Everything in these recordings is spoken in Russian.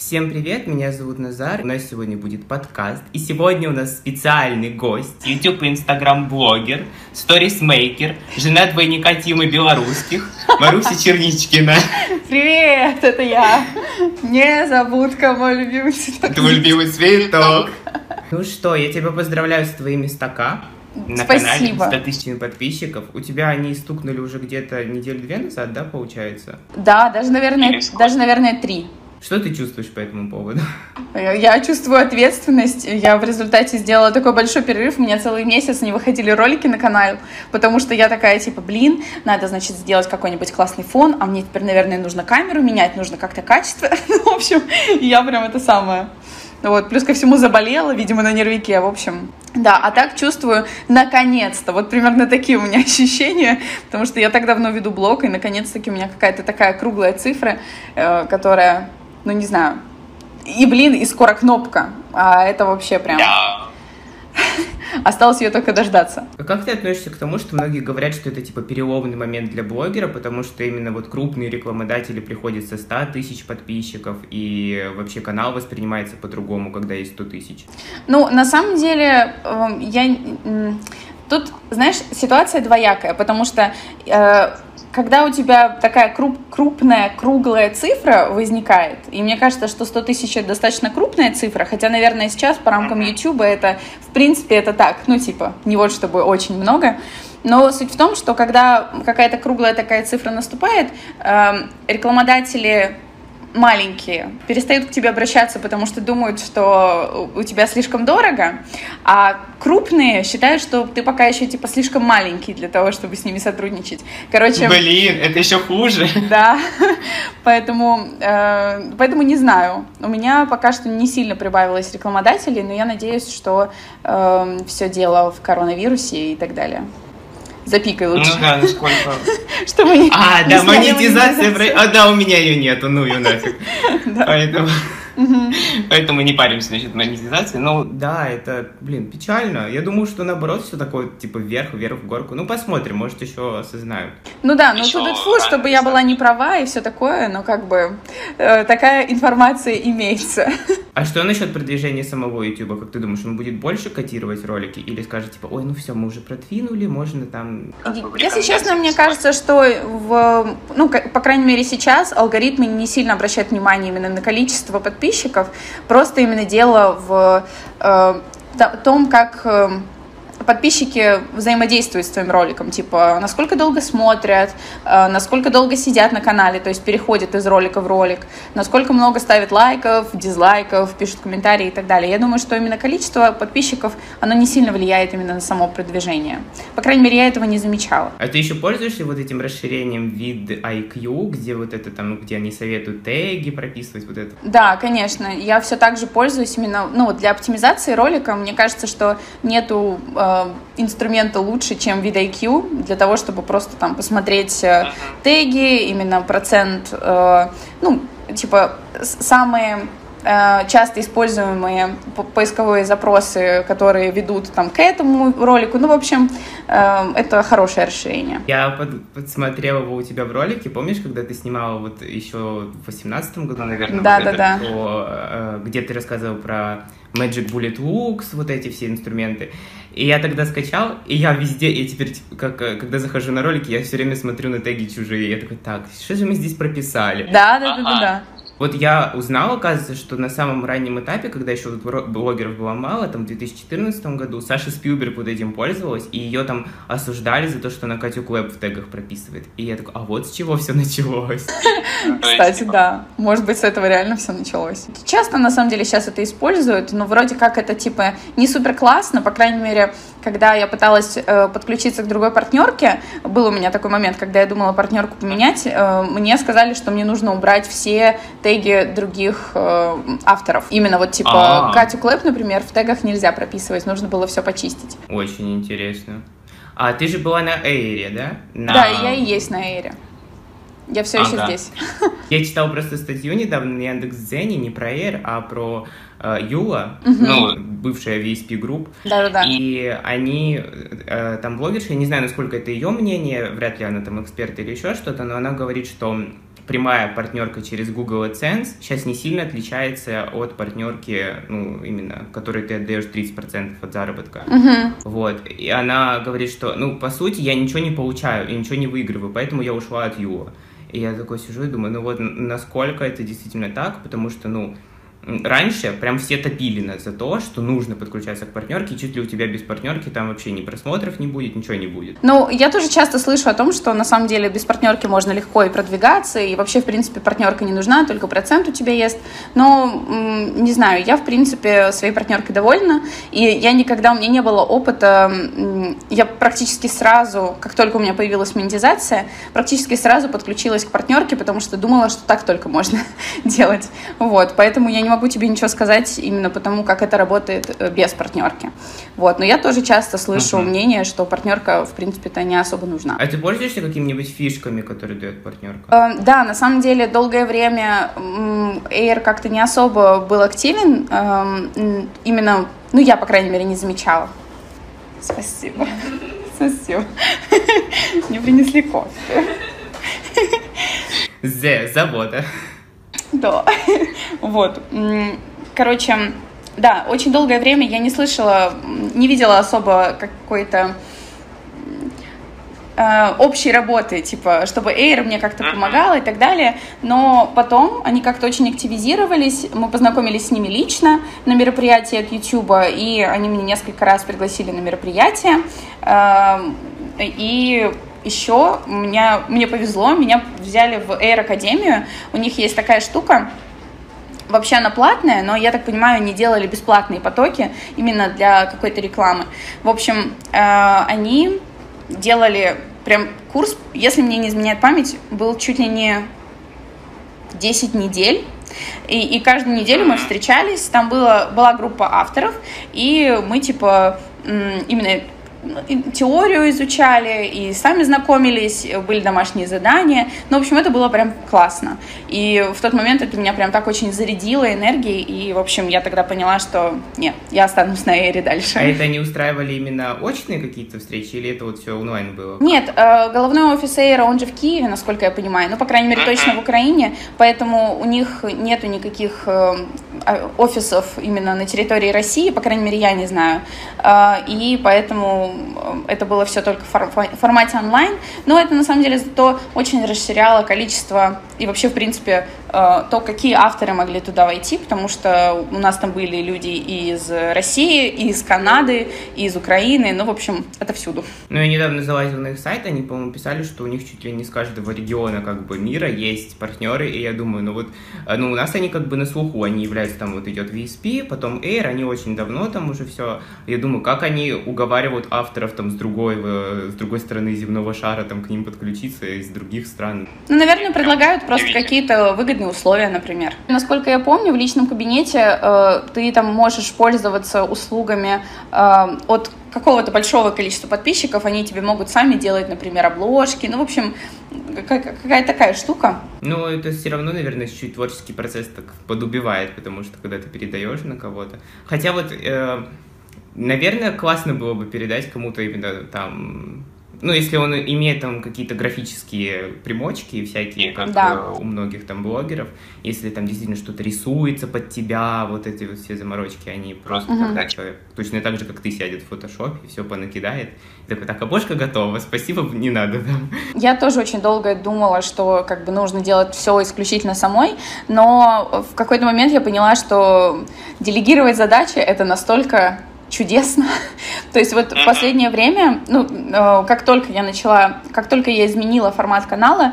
Всем привет, меня зовут Назар, у нас сегодня будет подкаст, и сегодня у нас специальный гость, YouTube и Instagram блогер, сторисмейкер, жена двойника Тимы Белорусских, Маруся Черничкина. Привет, это я, незабудка, мой любимый цветок. Твой любимый цветок. Ну что, я тебя поздравляю с твоими 100К. На канале 100 тысяч подписчиков. У тебя они стукнули уже где-то неделю-две назад, да, получается? Да, даже, наверное, 3. Что ты чувствуешь по этому поводу? Я чувствую ответственность. Я в результате сделала такой большой перерыв. У меня целый месяц не выходили ролики на канал, потому что я такая, надо, значит, сделать какой-нибудь классный фон, а мне теперь, наверное, нужно камеру менять, нужно как-то качество. В общем, я прям это самое... Вот, плюс ко всему заболела, видимо, на нервике, в общем. Да, а так чувствую, наконец-то, вот примерно такие у меня ощущения, потому что я так давно веду блог, и наконец-таки у меня какая-то такая круглая цифра, которая, не знаю, и скоро кнопка, а это вообще прям... Осталось ее только дождаться. Как ты относишься к тому, что многие говорят, что это переломный момент для блогера, потому что именно вот крупные рекламодатели приходят со 100 тысяч подписчиков, и вообще канал воспринимается по-другому, когда есть 100 тысяч? На самом деле, тут, знаешь, ситуация двоякая, потому что когда у тебя такая крупная, круглая цифра возникает, и мне кажется, что 100 тысяч — это достаточно крупная цифра, хотя, наверное, сейчас по рамкам YouTube это, в принципе, это так, не вот чтобы очень много, но суть в том, что когда какая-то круглая такая цифра наступает, рекламодатели маленькие перестают к тебе обращаться, потому что думают, что у тебя слишком дорого, а крупные считают, что ты пока еще слишком маленький для того, чтобы с ними сотрудничать. Короче... Блин, это еще хуже. Да, поэтому не знаю. У меня пока что не сильно прибавилось рекламодателей, но я надеюсь, что все дело в коронавирусе и так далее. Запикай лучше. Сколько? Чтобы не... монетизация. Да, у меня ее нету, ее нафиг. Поэтому не паримся насчет монетизации. Да, это, печально. Я думаю, что наоборот все такое, вверх в горку. Посмотрим, может, еще осознают. Тьфу, чтобы я была не права и все такое, но такая информация имеется. А что насчет продвижения самого YouTube? Как ты думаешь, он будет больше котировать ролики? Или скажет, все, мы уже продвинули, можно там... Если честно, мне кажется, что по крайней мере сейчас алгоритмы не сильно обращают внимание именно на количество подписчиков, просто именно дело в том, как подписчики взаимодействуют с твоим роликом, насколько долго смотрят, насколько долго сидят на канале, то есть переходят из ролика в ролик, насколько много ставят лайков, дизлайков, пишут комментарии и так далее. Я думаю, что именно количество подписчиков, оно не сильно влияет именно на само продвижение. По крайней мере, я этого не замечала. А ты еще пользуешься этим расширением VidIQ, где где они советуют теги прописывать, это? Да, конечно. Я все так же пользуюсь именно, для оптимизации ролика. Мне кажется, что нету инструмента лучше, чем VidIQ, для того, чтобы просто посмотреть теги, именно процент, самые часто используемые поисковые запросы, которые ведут к этому ролику. В общем, это хорошее расширение. Я подсмотрела его у тебя в ролике. Помнишь, когда ты снимала еще в 2018 году, наверное? Да. Где ты рассказывала про Magic Bullet Looks, эти все инструменты. И я тогда скачал, и я везде, и теперь, когда захожу на ролики, я все время смотрю на теги чужие. Я такой, что же мы здесь прописали? Да. Я узнал, оказывается, что на самом раннем этапе, когда еще блогеров было мало, в 2014 году, Саша Спилберг этим пользовалась, и ее осуждали за то, что она Катю Клэп в тегах прописывает. И я такой, с чего все началось? Кстати, да. Может быть, с этого реально все началось. Часто, на самом деле, сейчас это используют, но вроде как это, не супер классно, по крайней мере, когда я пыталась подключиться к другой партнерке, был у меня такой момент, когда я думала партнерку поменять, мне сказали, что мне нужно убрать все теги других авторов. Именно Катю Клэп, например, в тегах нельзя прописывать, нужно было все почистить. Очень интересно. А ты же была на Эйре, да? Да, я и есть на Эйре. Я все еще здесь. Я читал просто статью недавно на Яндекс.Дзене, не про Эйр, а про Юла, бывшая VSP Group. Да. И они, там блогерша, я не знаю, насколько это ее мнение, вряд ли она эксперт или еще что-то, но она говорит, что прямая партнерка через Google AdSense сейчас не сильно отличается от партнерки, ну, именно, которой ты отдаешь 30% от заработка. Вот. И она говорит, что, ну, по сути, я ничего не получаю и ничего не выигрываю, поэтому я ушла от Юла. И я такой сижу и думаю, ну вот насколько это действительно так, потому что, ну, раньше прям все топили нас за то, что нужно подключаться к партнерке, и чуть ли у тебя без партнерки там вообще ни просмотров не будет, ничего не будет. Ну, я тоже часто слышу о том, что на самом деле без партнерки можно легко и продвигаться, и вообще, в принципе, партнерка не нужна, только процент у тебя есть. Но, не знаю, я, в принципе, своей партнеркой довольна, и я никогда, у меня не было опыта, я практически сразу, как только у меня появилась монетизация, практически сразу подключилась к партнерке, потому что думала, что так только можно делать. Вот, поэтому я не могу тебе ничего сказать именно потому, как это работает без партнерки. Вот. Но я тоже часто слышу мнение, что партнерка, в принципе-то, не особо нужна. А ты пользуешься какими-нибудь фишками, которые дает партнерка? Да, на самом деле, долгое время Эйр как-то не особо был активен. Именно, ну, я, по крайней мере, не замечала. Спасибо. Спасибо. Мне принесли кофе. Забота. Да, вот, короче, да, очень долгое время я не слышала, не видела особо какой-то общей работы, типа, чтобы Эйр мне как-то помогал и так далее, но потом они как-то очень активизировались, мы познакомились с ними лично на мероприятии от Ютуба, и они меня несколько раз пригласили на мероприятие, и еще мне повезло, меня взяли в Эйр Академию, у них есть такая штука, вообще она платная, но, я так понимаю, они делали бесплатные потоки именно для какой-то рекламы. В общем, они делали прям курс, если мне не изменяет память, был чуть ли не 10 недель, и каждую неделю мы встречались, там была группа авторов, и мы, типа, именно теорию изучали и сами знакомились, были домашние задания. Ну, в общем, это было прям классно. И в тот момент это меня прям так очень зарядило энергией, и, в общем, я тогда поняла, что нет, я останусь на Эйре дальше. А это они устраивали именно очные какие-то встречи, или это вот все онлайн было? Нет, головной офис Эйра, он же в Киеве, насколько я понимаю, ну, по крайней мере, точно в Украине, поэтому у них нету никаких офисов именно на территории России, по крайней мере, я не знаю, и поэтому это было все только в формате онлайн, но это на самом деле зато очень расширяло количество и вообще, в принципе, то, какие авторы могли туда войти, потому что у нас там были люди и из России, и из Канады, и из Украины, ну, в общем, это всюду. Ну, я недавно залазила на их сайт, они, по-моему, писали, что у них чуть ли не с каждого региона, как бы, мира есть партнеры, и я думаю, ну, вот, ну, у нас они, как бы, на слуху, они являются, там, вот, идет VSP, потом Air, они очень давно там уже все, я думаю, как они уговаривают авторов, там, с другой стороны земного шара, там, к ним подключиться из других стран. Ну, наверное, предлагают просто какие-то выгодные условия, например. Насколько я помню, в личном кабинете ты там можешь пользоваться услугами от какого-то большого количества подписчиков, они тебе могут сами делать, например, обложки, ну, в общем, какая-то такая штука. Ну, это все равно, наверное, чуть-чуть творческий процесс так подубивает, потому что когда ты передаешь на кого-то. Хотя вот, наверное, классно было бы передать кому-то именно там... Ну, если он имеет там какие-то графические примочки всякие, как у многих там блогеров, если там действительно что-то рисуется под тебя, вот эти вот все заморочки, они просто когда человек точно так же, как ты, сядет в фотошопе, все понакидает, и такой, так, обложка готова, спасибо, не надо. Да. Я тоже очень долго думала, что как бы нужно делать все исключительно самой, но в какой-то момент я поняла, что делегировать задачи — это настолько чудесно. То есть вот в последнее время, ну, как только я изменила формат канала,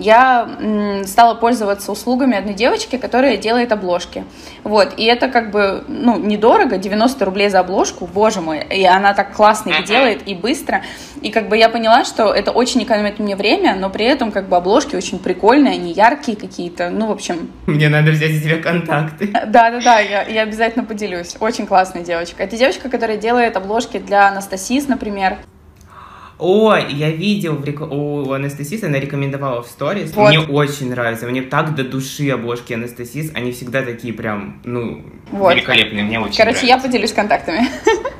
я стала пользоваться услугами одной девочки, которая делает обложки. Вот, и это как бы, ну, недорого, 90 рублей за обложку, боже мой, и она так классно их делает и быстро, и как бы я поняла, что это очень экономит мне время, но при этом как бы обложки очень прикольные, они яркие какие-то, ну, в общем... Мне надо взять у тебя контакты. Да, я обязательно поделюсь, очень классная девочка. Это девочка, которая делает обложки для Анастасис, например. О, я видел у Анастасис, она рекомендовала в сторис. Вот. Мне очень нравится, мне так до души обложки Анастасис, они всегда такие прям, ну, вот. Великолепные, мне очень нравится. Короче, я поделюсь контактами.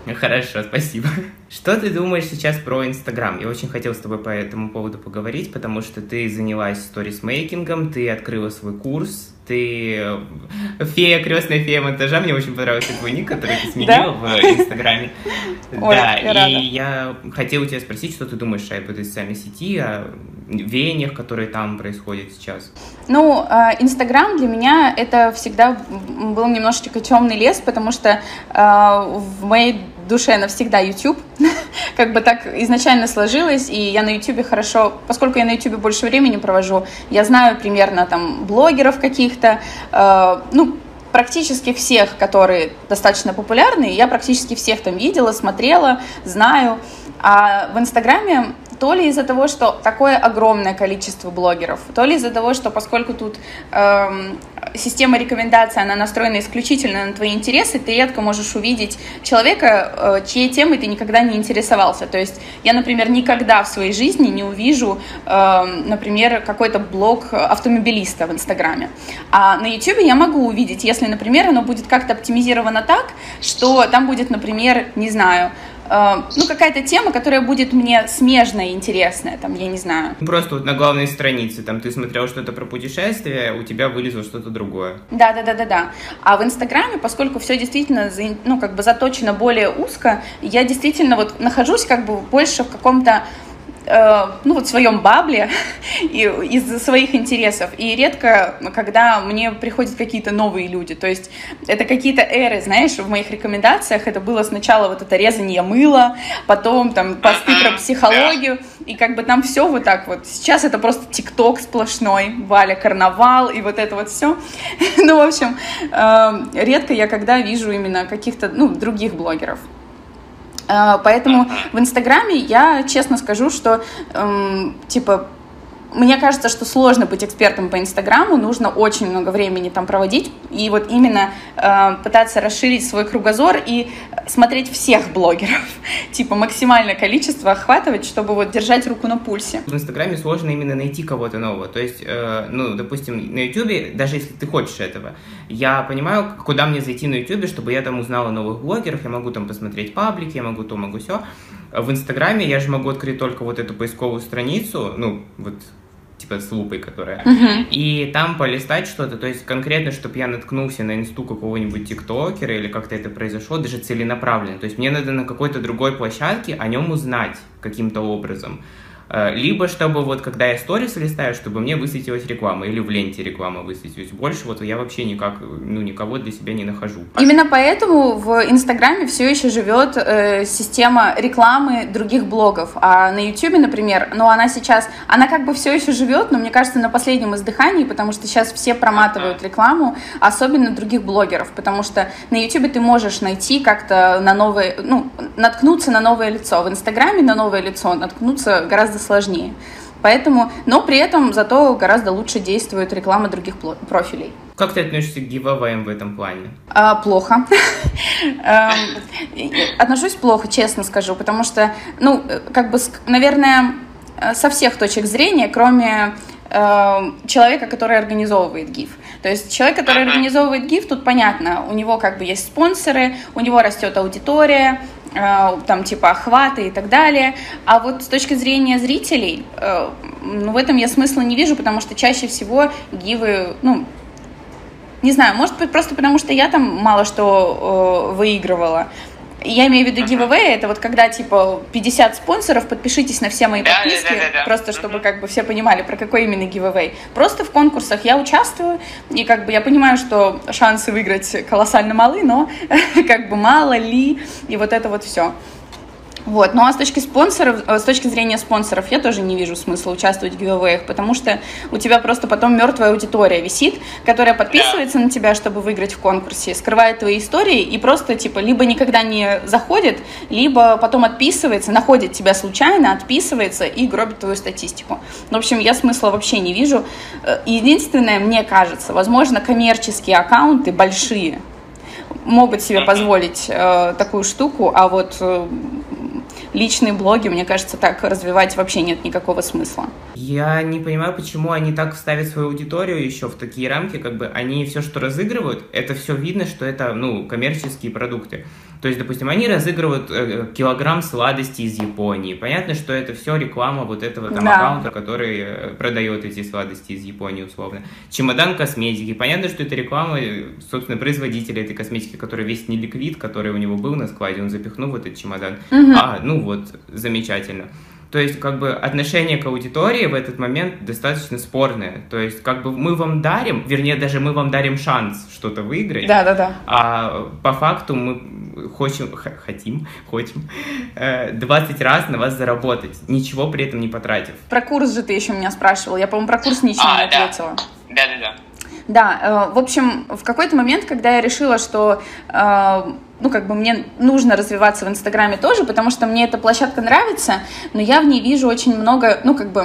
Хорошо, спасибо. Что ты думаешь сейчас про Инстаграм? Я очень хотел с тобой по этому поводу поговорить, потому что ты занялась сторисмейкингом, ты открыла свой курс, ты фея, крестная фея монтажа. Мне очень понравился твой ник, который ты сменила в Инстаграме. Ой, Да, я рада. и я хотел у тебя спросить, что ты думаешь об этой социальной сети, о веяниях, которые там происходят сейчас. Ну, Инстаграм для меня это всегда был немножечко темный лес, потому что в моей душе навсегда YouTube. Как бы так изначально сложилось, и я на YouTube хорошо, поскольку я на YouTube больше времени провожу, я знаю примерно там блогеров каких-то, ну, практически всех, которые достаточно популярны, я практически всех там видела, смотрела, знаю. А в Инстаграме то ли из-за того, что такое огромное количество блогеров, то ли из-за того, что поскольку тут система рекомендаций, она настроена исключительно на твои интересы, ты редко можешь увидеть человека, чьей темой ты никогда не интересовался. То есть я, например, никогда в своей жизни не увижу, например, какой-то блог автомобилиста в Инстаграме. А на Ютубе я могу увидеть, если, например, оно будет как-то оптимизировано так, что там будет, например, не знаю, ну, какая-то тема, которая будет мне смежная и интересная, там, я не знаю. Просто вот на главной странице, там, ты смотрел что-то про путешествие, у тебя вылезло что-то другое. Да. А в Инстаграме, поскольку все действительно, ну, как бы заточено более узко, я действительно вот нахожусь как бы больше в каком-то ну вот в своем бабле из-за своих интересов. И редко, когда мне приходят какие-то новые люди. То есть это какие-то эры, знаешь, в моих рекомендациях это было сначала вот это резание мыла, потом там посты про психологию, и как бы там все вот так вот. Сейчас это просто ТикТок сплошной, Валя Карнавал и вот это вот все. Ну, в общем, редко я когда вижу именно каких-то, ну, других блогеров. Поэтому в Инстаграме я честно скажу, что типа мне кажется, что сложно быть экспертом по Инстаграму, нужно очень много времени там проводить и вот именно пытаться расширить свой кругозор и смотреть всех блогеров, типа максимальное количество охватывать, чтобы вот держать руку на пульсе. В Инстаграме сложно именно найти кого-то нового, то есть, ну, допустим, на Ютубе, даже если ты хочешь этого, я понимаю, куда мне зайти на Ютубе, чтобы я там узнала новых блогеров, я могу там посмотреть паблики, я могу то, могу сё. В Инстаграме я же могу открыть только вот эту поисковую страницу, ну, вот, типа с лупой, которая, и там полистать что-то, то есть конкретно, чтобы я наткнулся на инсту какого-нибудь тиктокера или как-то это произошло, даже целенаправленно, то есть мне надо на какой-то другой площадке о нем узнать каким-то образом. Либо чтобы вот когда я сторис листаю, чтобы мне высветилась реклама, или в ленте реклама высветилась. Больше вот я вообще никак, ну, никого для себя не нахожу. Именно поэтому в Инстаграме все еще живет система рекламы других блогов. А на Ютубе, например, ну она сейчас, она как бы все еще живет, но мне кажется, на последнем издыхании, потому что сейчас все проматывают рекламу, особенно других блогеров, потому что на Ютубе ты можешь найти как-то на новое, ну, наткнуться на новое лицо. В Инстаграме на новое лицо наткнуться гораздо сложнее. Поэтому, но при этом зато гораздо лучше действует реклама других профилей. Как ты относишься к гивэвэям в этом плане? Плохо. Отношусь плохо, честно скажу, потому что, ну, как бы, наверное, со всех точек зрения, кроме человека, который организовывает ГИФ. То есть человек, который организовывает ГИФ, тут понятно, у него как бы есть спонсоры, у него растет аудитория, там типа охваты и так далее. А вот с точки зрения зрителей, ну, в этом я смысла не вижу, потому что чаще всего гивы, ну, не знаю, может быть просто потому, что я там мало что выигрывала. Я имею в виду giveaway, это вот когда, типа, 50 спонсоров, подпишитесь на все мои подписки, просто чтобы, как бы, все понимали, про какой именно giveaway. Просто в конкурсах я участвую, и, как бы, я понимаю, что шансы выиграть колоссально малы, но, как бы, мало ли, и вот это вот все. Вот. Ну а с точки зрения спонсоров я тоже не вижу смысла участвовать в гивэвэях, потому что у тебя просто потом мертвая аудитория висит, которая подписывается на тебя, чтобы выиграть в конкурсе, скрывает твои истории и просто типа либо никогда не заходит, либо потом отписывается, находит тебя случайно, отписывается и гробит твою статистику. В общем, я смысла вообще не вижу. Единственное, мне кажется, возможно, коммерческие аккаунты большие могут себе позволить такую штуку, а вот личные блоги, мне кажется, так развивать вообще нет никакого смысла. Я не понимаю, почему они так ставят свою аудиторию еще в такие рамки, как бы они все, что разыгрывают, это все видно, что это, ну, коммерческие продукты. То есть, допустим, они разыгрывают килограмм сладостей из Японии. Понятно, что это все реклама вот этого там аккаунта, который продает эти сладости из Японии, условно. Чемодан косметики. Понятно, что это реклама, собственно, производителя этой косметики, который весь неликвид, который у него был на складе, он запихнул в этот чемодан. Ну вот, замечательно. То есть, как бы, отношение к аудитории в этот момент достаточно спорное. То есть, как бы, мы вам дарим, вернее, даже мы вам дарим шанс что-то выиграть. Да. А по факту мы хотим 20 раз на вас заработать, ничего при этом не потратив. Про курс же ты еще меня спрашивал. Я, по-моему, про курс ничего не ответила. Да. Да, в общем, в какой-то момент, когда я решила, что, мне нужно развиваться в Инстаграме тоже, потому что мне эта площадка нравится, но я в ней вижу очень много,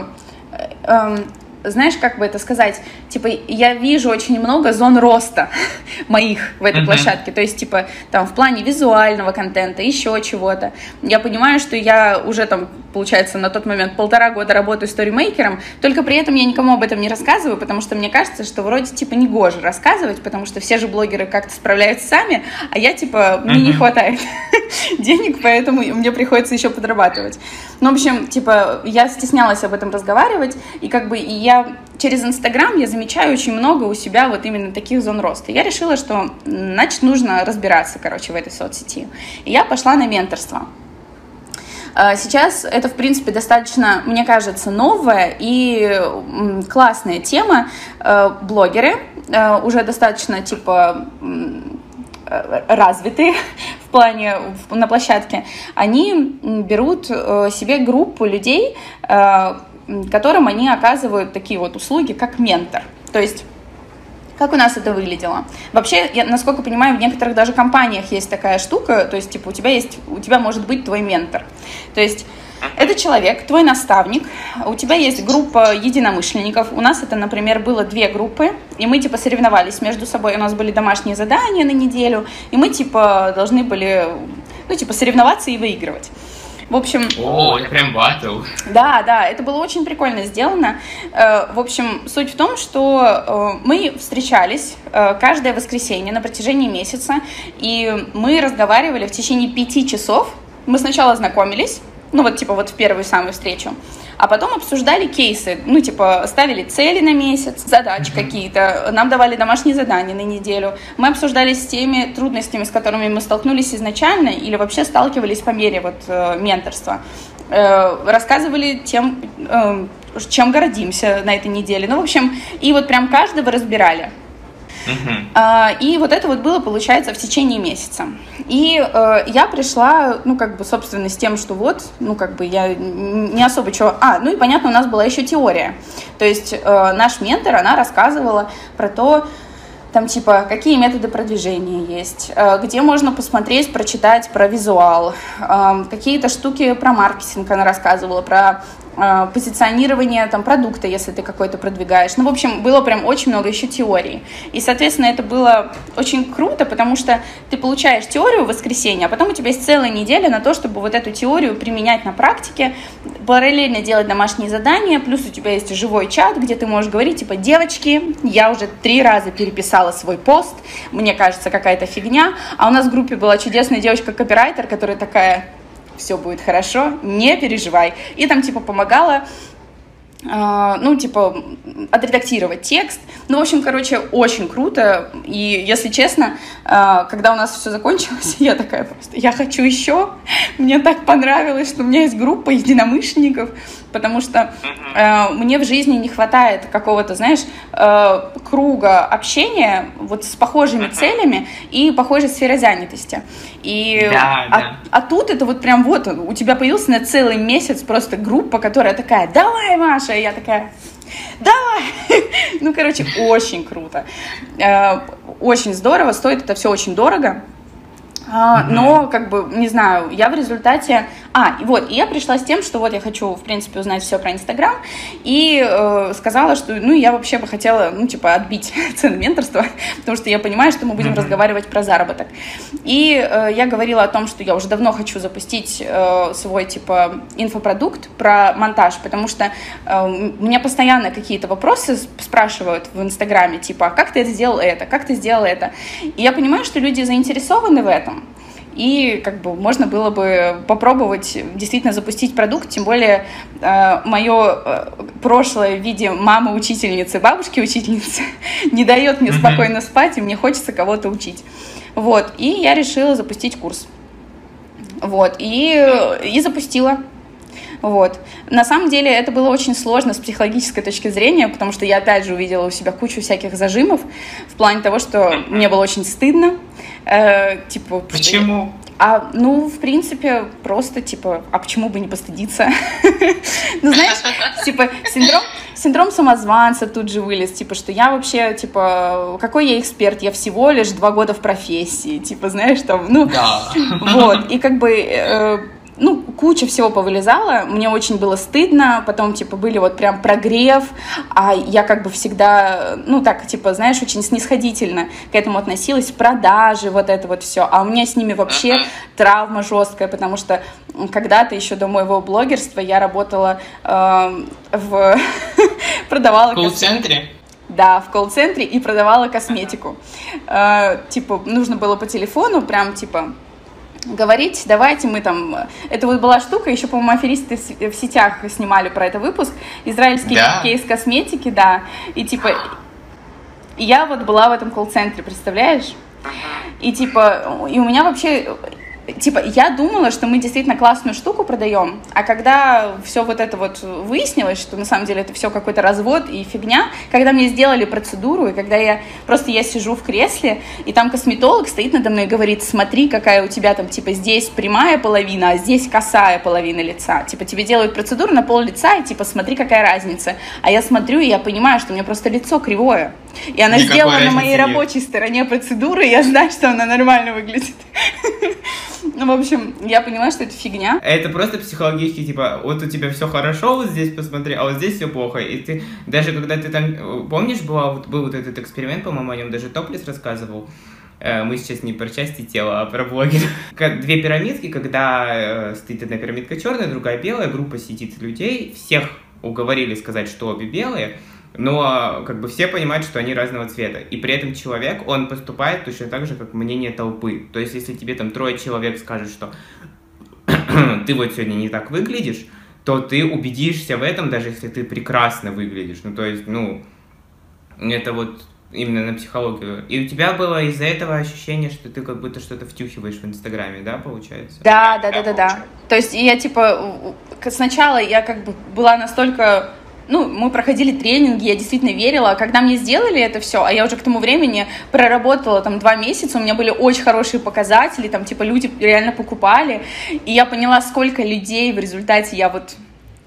знаешь, как бы это сказать, типа, я вижу очень много зон роста моих в этой площадке, то есть, типа, там, в плане визуального контента, еще чего-то. Я понимаю, что я уже там, получается, на тот момент 1,5 года работаю сторимейкером, только при этом я никому об этом не рассказываю, потому что мне кажется, что вроде, типа, негоже рассказывать, потому что все же блогеры как-то справляются сами, а я, типа, мне не хватает денег, поэтому мне приходится еще подрабатывать. Ну, в общем, типа, я стеснялась об этом разговаривать, и как бы я через Инстаграм я замечаю очень много у себя вот именно таких зон роста. Я решила, что, значит, нужно разбираться, в этой соцсети. И я пошла на менторство. Сейчас это, в принципе, достаточно, мне кажется, новая и классная тема. Блогеры уже достаточно, типа, развитые в плане на площадке, они берут себе группу людей, которым они оказывают такие вот услуги, как ментор. То есть, как у нас это выглядело? Вообще, я, насколько понимаю, в некоторых даже компаниях есть такая штука, то есть, типа, у тебя может быть твой ментор. То есть, это человек, твой наставник, у тебя есть группа единомышленников. У нас это, например, было 2 группы, и мы, типа, соревновались между собой. У нас были домашние задания на неделю, и мы, типа, должны были, соревноваться и выигрывать. В общем... это прям баттл. Да, это было очень прикольно сделано. В общем, суть в том, что мы встречались каждое воскресенье на протяжении месяца, и мы разговаривали в течение 5 часов. Мы сначала знакомились, в первую самую встречу, а потом обсуждали кейсы, ставили цели на месяц, задачи какие-то, нам давали домашние задания на неделю. Мы обсуждали с теми трудностями, с которыми мы столкнулись изначально или вообще сталкивались по мере менторства. Рассказывали тем, чем гордимся на этой неделе. В общем, и вот прям каждого разбирали. И вот это вот было, получается, в течение месяца. И я пришла, собственно, с тем, что я не особо чего... и понятно, у нас была еще теория. То есть наш ментор, она рассказывала про то, какие методы продвижения есть, где можно посмотреть, прочитать про визуал, какие-то штуки про маркетинг она рассказывала, про позиционирование продукта, если ты какой-то продвигаешь. В общем, было прям очень много еще теорий. И, соответственно, это было очень круто, потому что ты получаешь теорию в воскресенье, а потом у тебя есть целая неделя на то, чтобы вот эту теорию применять на практике, параллельно делать домашние задания, плюс у тебя есть живой чат, где ты можешь говорить, девочки, я уже 3 раза переписала свой пост, мне кажется, какая-то фигня, а у нас в группе была чудесная девочка-копирайтер, которая такая... все будет хорошо, не переживай. И там, помогала, отредактировать текст. В общем, очень круто. И, если честно, когда у нас все закончилось, я такая просто, я хочу еще. Мне так понравилось, что у меня есть группа единомышленников, потому что мне в жизни не хватает какого-то, круга общения с похожими целями и похожей сферой занятости. И а тут это прям у тебя появился на целый месяц просто группа, которая такая, давай, Маша, и я такая... Давай! Очень круто. Очень здорово, стоит это все очень дорого. Но, не знаю, я в результате... И я пришла с тем, что я хочу, в принципе, узнать все про Инстаграм, и сказала, что, я вообще бы хотела, отбить цены менторства, потому что я понимаю, что мы будем разговаривать про заработок. И я говорила о том, что я уже давно хочу запустить свой, инфопродукт про монтаж, потому что меня постоянно какие-то вопросы спрашивают в Инстаграме, как ты это сделал это, как ты сделал это. И я понимаю, что люди заинтересованы в этом. и как бы можно было бы попробовать действительно запустить продукт, тем более мое прошлое в виде мамы-учительницы, бабушки-учительницы не дает мне спокойно спать, и мне хочется кого-то учить. Вот, и я решила запустить курс. Вот, и запустила. Вот. На самом деле это было очень сложно с психологической точки зрения, потому что я опять же увидела у себя кучу всяких зажимов в плане того, что мне было очень стыдно. Типа, почему? Ну, в принципе, просто, типа, а почему бы не постыдиться? Ну, знаешь, типа, синдром самозванца тут же вылез, типа, что я вообще, типа, какой я эксперт, я всего лишь 2 года в профессии, типа, знаешь, там, ну, вот, и как бы... Ну, куча всего повылезала, мне очень было стыдно, потом, типа, были вот прям прогрев, а я как бы всегда, ну, так, типа, знаешь, очень снисходительно к этому относилась, продажи, вот это вот все, а у меня с ними вообще травма жесткая, потому что когда-то еще до моего блогерства я работала продавала... В колл-центре? Да, в колл-центре и продавала косметику. Типа, нужно было по телефону прям, типа... говорить, давайте мы там... Это вот была штука, еще, по-моему, аферисты в сетях снимали про это выпуск. Израильский кейс косметики, да. И типа... Я вот была в этом колл-центре, представляешь? И типа... И у меня вообще... Типа, я думала, что мы действительно классную штуку продаем, а когда все вот это вот выяснилось, что на самом деле это все какой-то развод и фигня, когда мне сделали процедуру, и когда я сижу в кресле, и там косметолог стоит надо мной и говорит: смотри, какая у тебя там, типа, здесь прямая половина, а здесь косая половина лица. Типа, тебе делают процедуру на пол лица, и типа, смотри, какая разница. А я смотрю, и я понимаю, что у меня просто лицо кривое. И она сделала на моей рабочей стороне процедуру, и я знаю, что она нормально выглядит. Ну, в общем, я поняла, что это фигня. Это просто психологически, типа, вот у тебя все хорошо, вот здесь посмотри, а вот здесь все плохо. И ты, даже когда ты там, помнишь, был вот этот эксперимент, по-моему, о нем даже Топлес рассказывал. Мы сейчас не про части тела, а про блогеров. Как 2 пирамидки, когда стоит одна пирамидка черная, другая белая, группа сидит людей, всех уговорили сказать, что обе белые, но как бы все понимают, что они разного цвета. И при этом человек, он поступает точно так же, как мнение толпы. То есть, если тебе там 3 человек скажут, что ты вот сегодня не так выглядишь, то ты убедишься в этом, даже если ты прекрасно выглядишь. Ну, то есть, ну, это вот именно на психологию. И у тебя было из-за этого ощущение, что ты как будто что-то втюхиваешь в Инстаграме, да, получается? Да. То есть, я, типа, сначала я как бы была настолько... Ну, мы проходили тренинги, я действительно верила. Когда мне сделали это все, а я уже к тому времени проработала там 2 месяца, у меня были очень хорошие показатели, там, типа, люди реально покупали, и я поняла, сколько людей в результате я вот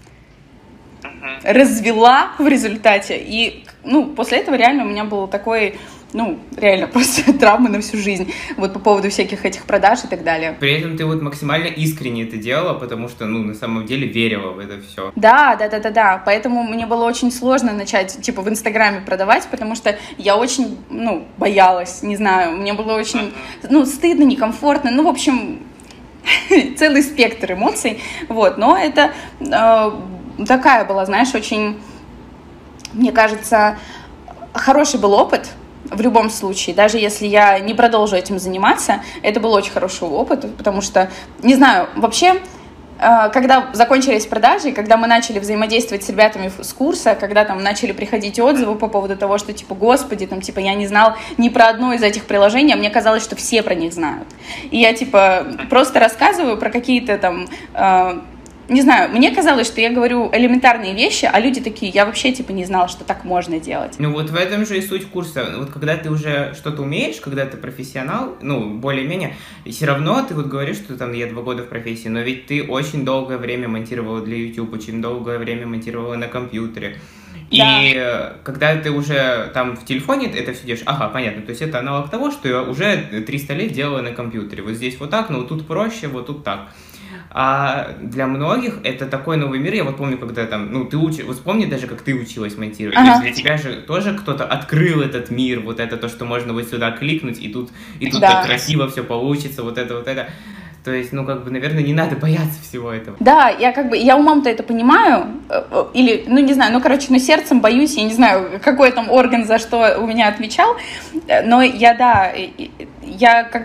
развела в результате. И, ну, после этого реально у меня был такой... Ну, реально, просто травмы на всю жизнь. Вот по поводу всяких этих продаж и так далее. При этом ты вот максимально искренне это делала, потому что, ну, на самом деле верила в это все. Да. Поэтому мне было очень сложно начать, типа, в Инстаграме продавать, потому что я очень, ну, боялась, не знаю. Мне было очень, ну, стыдно, некомфортно. Ну, в общем, целый спектр эмоций. Вот, но это такая была, знаешь, очень, мне кажется, хороший был опыт. В любом случае, даже если я не продолжу этим заниматься, это был очень хороший опыт, потому что, не знаю, вообще, когда закончились продажи, когда мы начали взаимодействовать с ребятами с курса, когда там начали приходить отзывы по поводу того, что, типа, господи, там, типа, я не знал ни про одно из этих приложений, а мне казалось, что все про них знают. И я, типа, просто рассказываю про какие-то там... Не знаю, мне казалось, что я говорю элементарные вещи, а люди такие, я вообще, типа, не знала, что так можно делать. Ну, вот в этом же и суть курса. Вот когда ты уже что-то умеешь, когда ты профессионал, ну, более-менее, и все равно ты вот говоришь, что там я 2 года в профессии, но ведь ты очень долгое время монтировала для YouTube, очень долгое время монтировала на компьютере. Да. И когда ты уже там в телефоне это все делаешь, ага, понятно, то есть это аналог того, что я уже 300 лет делала на компьютере. Вот здесь вот так, но вот тут проще, вот тут так. А для многих это такой новый мир. Я вот помню, когда там, ну, ты учишь, вот вспомни даже, как ты училась монтировать. Ага. Для тебя же тоже кто-то открыл этот мир, вот это то, что можно вот сюда кликнуть, и тут да. Так красиво все получится, вот это. То есть, ну, как бы, наверное, не надо бояться всего этого. Да, я умом-то это понимаю, или, ну, не знаю, ну, короче, ну, сердцем боюсь, я не знаю, какой там орган за что у меня отвечал, но я как бы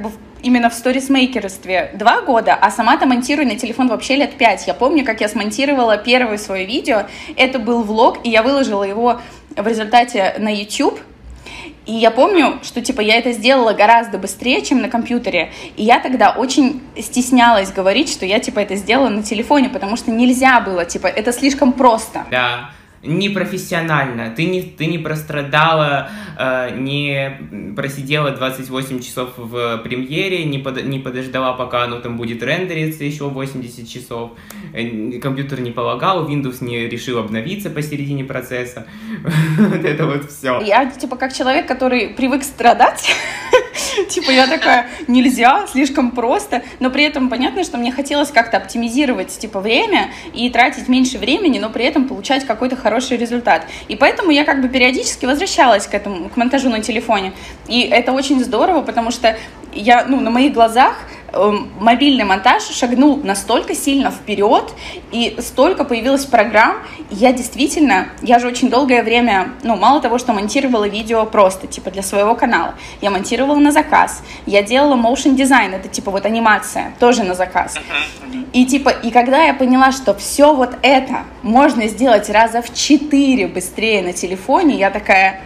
именно в сторисмейкерстве 2 года, а сама-то монтирую на телефон вообще лет 5. Я помню, как я смонтировала первое свое видео. Это был влог, и я выложила его в результате на YouTube. И я помню, что, типа, я это сделала гораздо быстрее, чем на компьютере. И я тогда очень стеснялась говорить, что я, типа, это сделала на телефоне, потому что нельзя было, типа, это слишком просто. Да. Непрофессионально. Ты не прострадала, не просидела 28 часов в премьере, не подождала, пока оно там будет рендериться еще 80 часов. Компьютер не полагал, Windows не решил обновиться посередине процесса. Вот это вот все. Я, типа, как человек, который привык страдать, типа, я такая, нельзя, слишком просто, но при этом понятно, что мне хотелось как-то оптимизировать, типа, время и тратить меньше времени, но при этом получать какой-то хороший результат. И поэтому я как бы периодически возвращалась к монтажу на телефоне. И это очень здорово, потому что на моих глазах мобильный монтаж шагнул настолько сильно вперед, и столько появилось программ. Я же очень долгое время, мало того, что монтировала видео просто, типа, для своего канала, я монтировала на заказ, я делала motion дизайн, это, типа, вот анимация, тоже на заказ. И когда я поняла, что все вот это можно сделать раза в 4 быстрее на телефоне, я такая...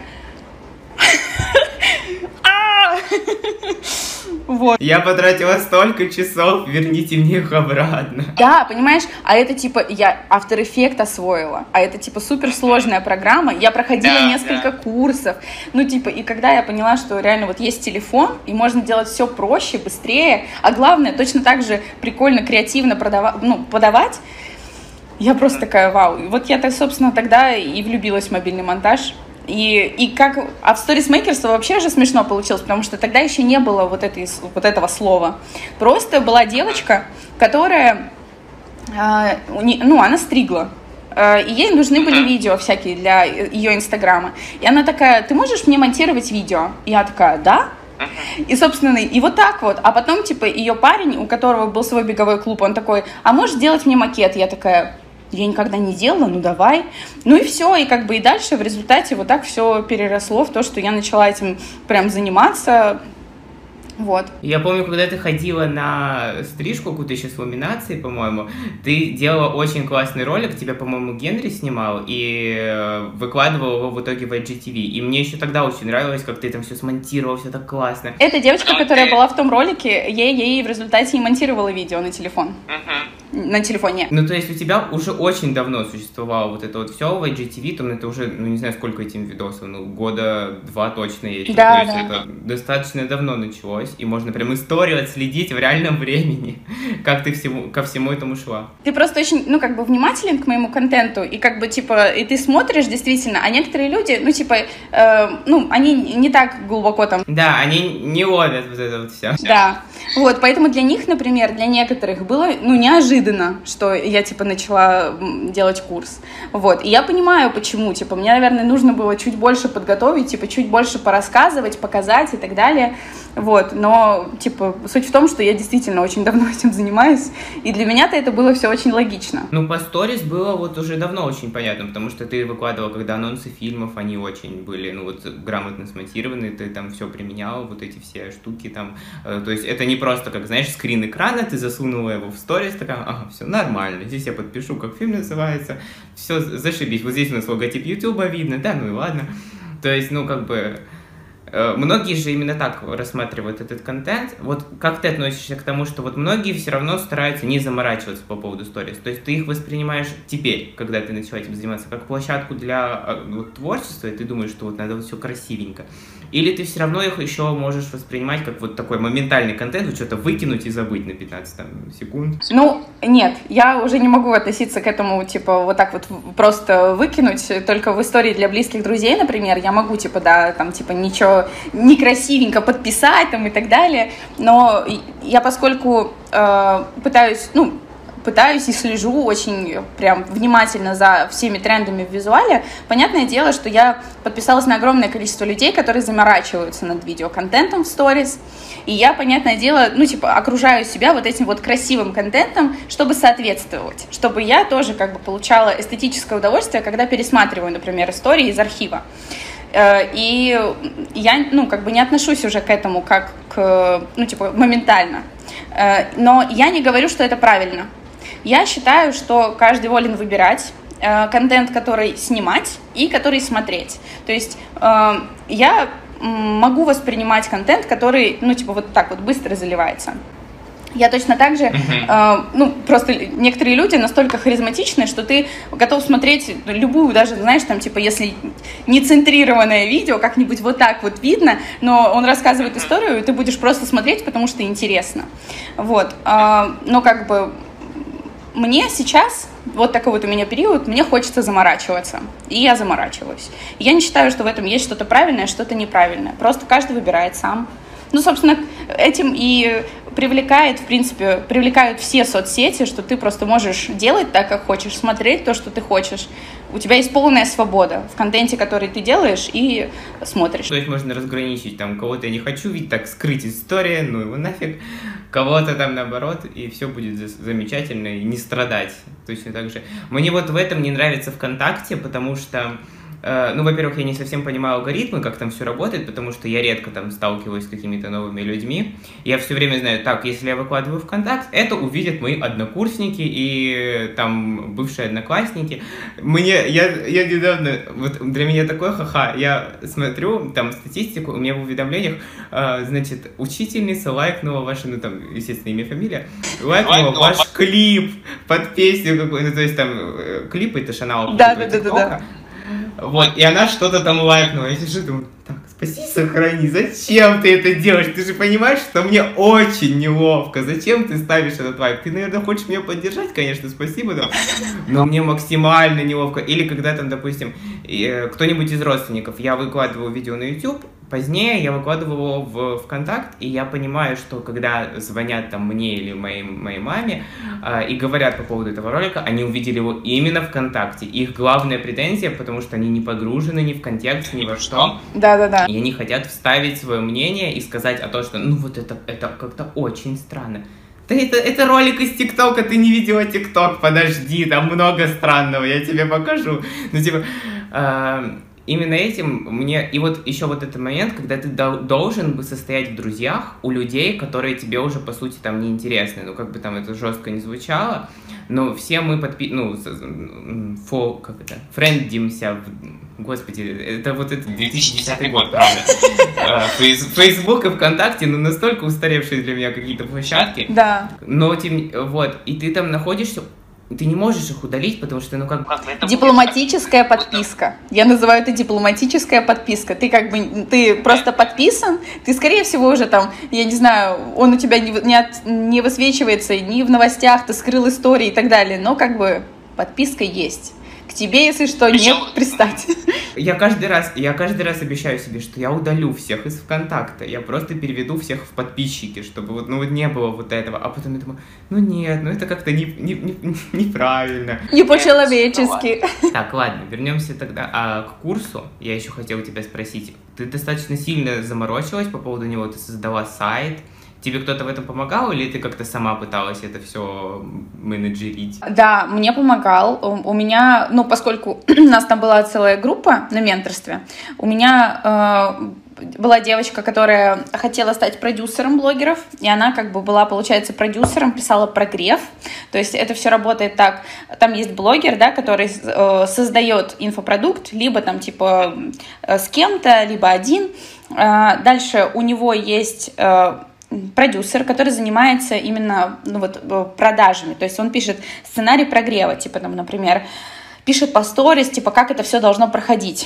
Вот. Я потратила столько часов, верните мне их обратно. Да, понимаешь, а это типа я After Effects освоила, а это типа суперсложная программа, я проходила несколько курсов, и когда я поняла, что реально вот есть телефон, и можно делать все проще, быстрее, а главное, точно так же прикольно, креативно подавать, я просто такая, вау. И вот я, собственно, тогда и влюбилась в мобильный монтаж. А в сторисмейкерство вообще же смешно получилось, потому что тогда еще не было вот этого слова. Просто была девочка, которая, она стригла, и ей нужны были видео всякие для ее инстаграма. И она такая, ты можешь мне монтировать видео? И я такая, да. И, собственно, и вот так вот. А потом, типа, ее парень, у которого был свой беговой клуб, он такой, а можешь делать мне макет? Я такая... Я никогда не делала, давай. И все, и и дальше в результате вот так все переросло в то, что я начала этим прям заниматься. Вот. Я помню, когда ты ходила на стрижку, какую-то еще с ламинацией, по-моему, ты делала очень классный ролик, тебя, по-моему, Генри снимал и выкладывал его в итоге в IGTV. И мне еще тогда очень нравилось, как ты там все смонтировал, все так классно. Эта девочка, которая была в том ролике, я ей в результате и монтировала видео на телефон. На телефоне. То есть у тебя уже очень давно существовало вот это вот все в IGTV, там это уже, не знаю, сколько этим видосов, 2 года точно есть. Да, то есть это достаточно давно началось, и можно прям историю отследить в реальном времени, как ты ко всему этому шла. Ты просто очень, внимателен к моему контенту, и и ты смотришь действительно, а некоторые люди, они не так глубоко там... Да, они не ловят вот это вот все. Да, вот, поэтому для них, например, для некоторых было, неожиданно, что я, начала делать курс, вот, и я понимаю, почему, мне, наверное, нужно было чуть больше подготовить, чуть больше порассказывать, показать и так далее, вот, но, суть в том, что я действительно очень давно этим занимаюсь, и для меня-то это было все очень логично. По сторис было вот уже давно очень понятно, потому что ты выкладывала, когда анонсы фильмов, они очень были, грамотно смонтированы, ты там все применяла, вот эти все штуки там, то есть это не просто, как, знаешь, скрин экрана, ты засунула его в сторис, такая, ага, все нормально, здесь я подпишу, как фильм называется, все, зашибись, вот здесь у нас логотип Ютуба видно, да, и ладно, то есть, многие же именно так рассматривают этот контент. Вот как ты относишься к тому, что вот многие все равно стараются не заморачиваться по поводу сторис? То есть ты их воспринимаешь теперь, когда ты начала этим заниматься, как площадку для творчества, и ты думаешь, что вот надо вот все красивенько? Или ты все равно их еще можешь воспринимать как вот такой моментальный контент, вот что-то выкинуть и забыть на 15 секунд? Нет, я уже не могу относиться к этому, вот так вот просто выкинуть, только в истории для близких друзей, например, я могу, ничего некрасивенько подписать, и так далее, но я, поскольку пытаюсь и слежу очень прям внимательно за всеми трендами в визуале, понятное дело, что я подписалась на огромное количество людей, которые заморачиваются над видеоконтентом в сторис, и я, понятное дело, окружаю себя вот этим вот красивым контентом, чтобы соответствовать, чтобы я тоже получала эстетическое удовольствие, когда пересматриваю, например, истории из архива. И я, ну, как бы не отношусь уже к этому как к, ну, типа, моментально. Но я не говорю, что это правильно. Я считаю, что каждый волен выбирать контент, который снимать и который смотреть. То есть я могу воспринимать контент, который, ну, типа, вот так вот быстро заливается. Я точно так же, ну, просто некоторые люди настолько харизматичны, что ты готов смотреть любую, даже, знаешь, там, типа, если не центрированное видео, как-нибудь вот так вот видно, но он рассказывает историю, и ты будешь просто смотреть, потому что интересно. Вот. Но как бы мне сейчас, вот такой вот у меня период, мне хочется заморачиваться, и я заморачиваюсь. Я не считаю, что в этом есть что-то правильное, что-то неправильное. Просто каждый выбирает сам. Ну, собственно, этим и привлекает, в принципе, привлекают все соцсети, что ты просто можешь делать так, как хочешь, смотреть то, что ты хочешь. У тебя есть полная свобода в контенте, который ты делаешь, и смотришь. То есть можно разграничить, там, кого-то я не хочу видеть, так, скрыть историю, ну его нафиг, кого-то там наоборот, и все будет замечательно, и не страдать. Точно так же. Мне вот в этом не нравится ВКонтакте, потому что ну, во-первых, я не совсем понимаю алгоритмы, как там все работает, потому что я редко там сталкиваюсь с какими-то новыми людьми. Я все время знаю, так, если я выкладываю ВКонтакт, это увидят мои однокурсники и там бывшие одноклассники. Я недавно, вот для меня такое ха-ха, я смотрю там статистику, у меня в уведомлениях, значит, учительница лайкнула ваше, ну там, естественно, имя, фамилия, лайкнула ваш клип под песню какую-то, ну, то есть там клипы, это шанал. Да. Вот, и она что-то там лайкнула. Я сижу, думаю, так, спаси, сохрани, зачем ты это делаешь? Ты же понимаешь, что мне очень неловко. Зачем ты ставишь этот лайк? Ты, наверное, хочешь меня поддержать, конечно, спасибо, да. Но мне максимально неловко. Или когда там, допустим, кто-нибудь из родственников, я выкладываю видео на YouTube, позднее я выкладываю его в ВКонтакт, и я понимаю, что когда звонят там мне или моей маме и говорят по поводу этого ролика, они увидели его именно ВКонтакте. Их главная претензия, потому что они не погружены ни в контекст, ни во что. Да. И они хотят вставить свое мнение и сказать о том, что ну вот это как-то очень странно. Да это ролик из ТикТока, ты не видела ТикТок, подожди, там много странного, я тебе покажу. Ну типа... Именно этим мне... И вот еще вот этот момент, когда ты должен бы состоять в друзьях у людей, которые тебе уже, по сути, там неинтересны. Ну, как бы там это жестко не звучало, но все мы френдимся. Господи, это вот это 2010 год, правда. Фейсбук и ВКонтакте, ну, настолько устаревшие для меня какие-то площадки. Да. Но, вот, и ты там находишься... Ты не можешь их удалить, потому что, ну как... Дипломатическая подписка. Я называю это дипломатическая подписка. Ты как бы, ты просто подписан, ты, скорее всего, уже там, я не знаю, он у тебя не высвечивается ни в новостях, ты скрыл истории и так далее, но как бы подписка есть. К тебе, если что, не пристать. Я каждый раз обещаю себе, что я удалю всех из ВКонтакта, я просто переведу всех в подписчики, чтобы вот, ну, вот не было вот этого. А потом я думаю, ну нет, ну это как-то неправильно. Не по-человечески. Так, ладно, вернемся тогда к курсу. Я еще хотела тебя спросить, ты достаточно сильно заморочилась по поводу него, ты создала сайт. Тебе кто-то в этом помогал, или ты как-то сама пыталась это все менеджерить? Да, мне помогал. У меня, ну, поскольку у нас там была целая группа на менторстве, у меня была девочка, которая хотела стать продюсером блогеров, и она как бы была, получается, продюсером, писала прогрев. То есть это все работает так. Там есть блогер, да, который создает инфопродукт, либо там типа с кем-то, либо один. Дальше у него есть... продюсер, который занимается именно продажами. То есть он пишет сценарий прогрева, типа там, например, пишет по сторис, типа как это все должно проходить.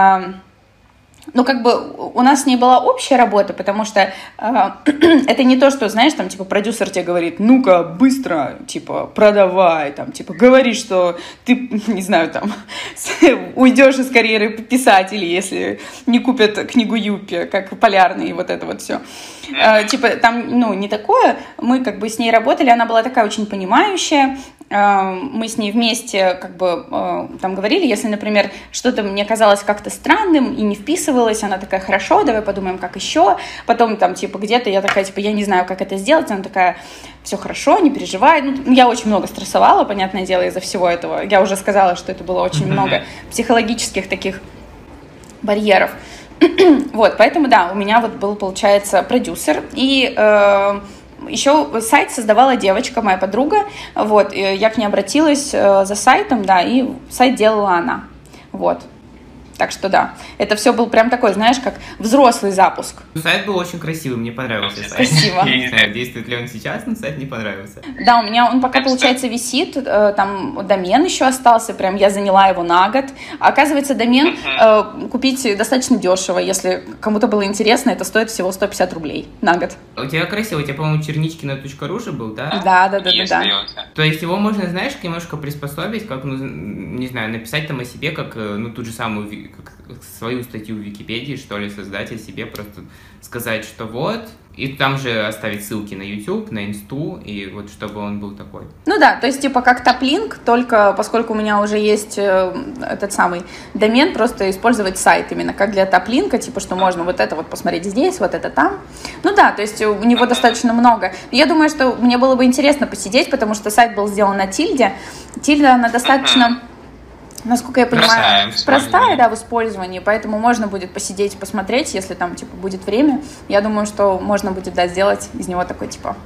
Ну, как бы у нас с ней была общая работа, потому что это не то, что, знаешь, там, типа, продюсер тебе говорит, ну-ка, быстро, типа, продавай, там, типа, говори, что ты, не знаю, там, уйдешь из карьеры писателей, если не купят книгу Юппи, как Полярный, и вот это вот все. Типа, там, ну, не такое. Мы, как бы, с ней работали, она была такая очень понимающая. Мы с ней вместе как бы там говорили, если, например, что-то мне казалось как-то странным и не вписывалось, она такая, хорошо, давай подумаем, как еще. Потом там, типа, где-то я такая, типа, я не знаю, как это сделать. Она такая, все хорошо, не переживай. Ну, я очень много стрессовала, понятное дело, из-за всего этого. Я уже сказала, что это было очень много психологических таких барьеров. Вот, поэтому, да, у меня вот был, получается, продюсер, и еще сайт создавала девочка, моя подруга, вот, и я к ней обратилась за сайтом, да, и сайт делала она, вот. Так что да, это все был прям такой, знаешь, как взрослый запуск. Сайт был очень красивый, мне понравился сайт. Спасибо. Я не знаю, действует ли он сейчас, но сайт мне понравился. Да, у меня он пока, получается, висит, там домен еще остался, прям я заняла его на год. Оказывается, домен купить достаточно дешево, если кому-то было интересно, это стоит всего 150 рублей на год. У тебя красиво, у тебя, по-моему, черничкина.ру же был, да? Да. То есть его можно, знаешь, немножко приспособить, как, ну, не знаю, написать там о себе, как, ну, ту же самую, как свою статью в Википедии, что ли, создать о себе, просто сказать, что вот, и там же оставить ссылки на YouTube, на Инсту, и вот чтобы он был такой. Ну да, то есть типа как топлинк, только поскольку у меня уже есть этот самый домен, просто использовать сайт именно как для топлинка, типа что можно вот это вот посмотреть здесь, вот это там. Ну да, то есть у него достаточно много. Я думаю, что мне было бы интересно посидеть, потому что сайт был сделан на Тильде. Тильда, она достаточно... Насколько я понимаю, простая, да, в использовании, поэтому можно будет посидеть, посмотреть, если там, типа, будет время. Я думаю, что можно будет, да, сделать из него такой, типа,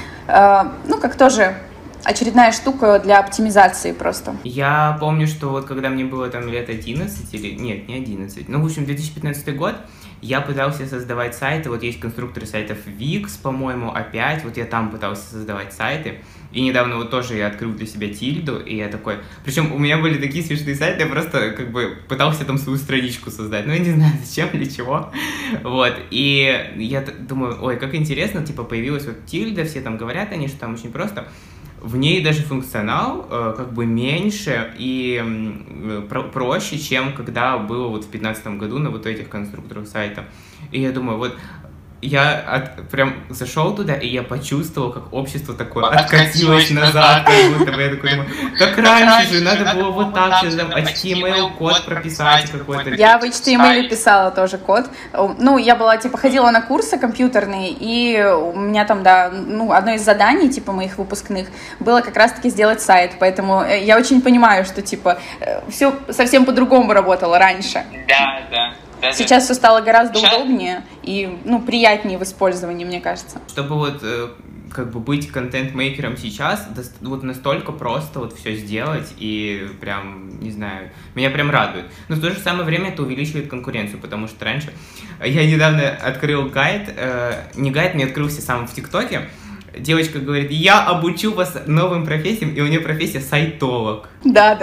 ну, как тоже очередная штука для оптимизации просто. Я помню, что вот когда мне было там лет 11 или... Нет, не 11. Ну, в общем, 2015 год, я пытался создавать сайты. Вот есть конструкторы сайтов Wix, по-моему, опять. Вот я там пытался создавать сайты. И недавно вот тоже я открыл для себя Тильду, и я такой... Причем у меня были такие смешные сайты, я просто как бы пытался там свою страничку создать. Ну, я не знаю, зачем, для чего. Вот, и я думаю, ой, как интересно, типа, появилась вот Тильда, все там говорят они, что там очень просто. В ней даже функционал как бы меньше и проще, чем когда было вот в 2015 году на вот этих конструкторах сайта. И я думаю, вот я прям зашел туда, и я почувствовал, как общество такое откатилось назад, как будто бы я такой думаю, как раньше же, надо было вот так же, там, HTML-код прописать какой-то. Я в HTML писала тоже код. Ну, я была, типа, ходила на курсы компьютерные, и у меня там, да, ну, одно из заданий, типа, моих выпускных было как раз-таки сделать сайт, поэтому я очень понимаю, что, типа, все совсем по-другому работало раньше. Да. Сейчас все стало гораздо удобнее и, ну, приятнее в использовании, мне кажется. Чтобы вот как бы быть контент-мейкером сейчас, вот настолько просто вот все сделать, и прям, не знаю, меня прям радует. Но в то же самое время это увеличивает конкуренцию, потому что раньше я недавно открыл гайд, не гайд, мне открылся сам в ТикТоке. Девочка говорит, я обучу вас новым профессиям, и у нее профессия сайтолог. Да.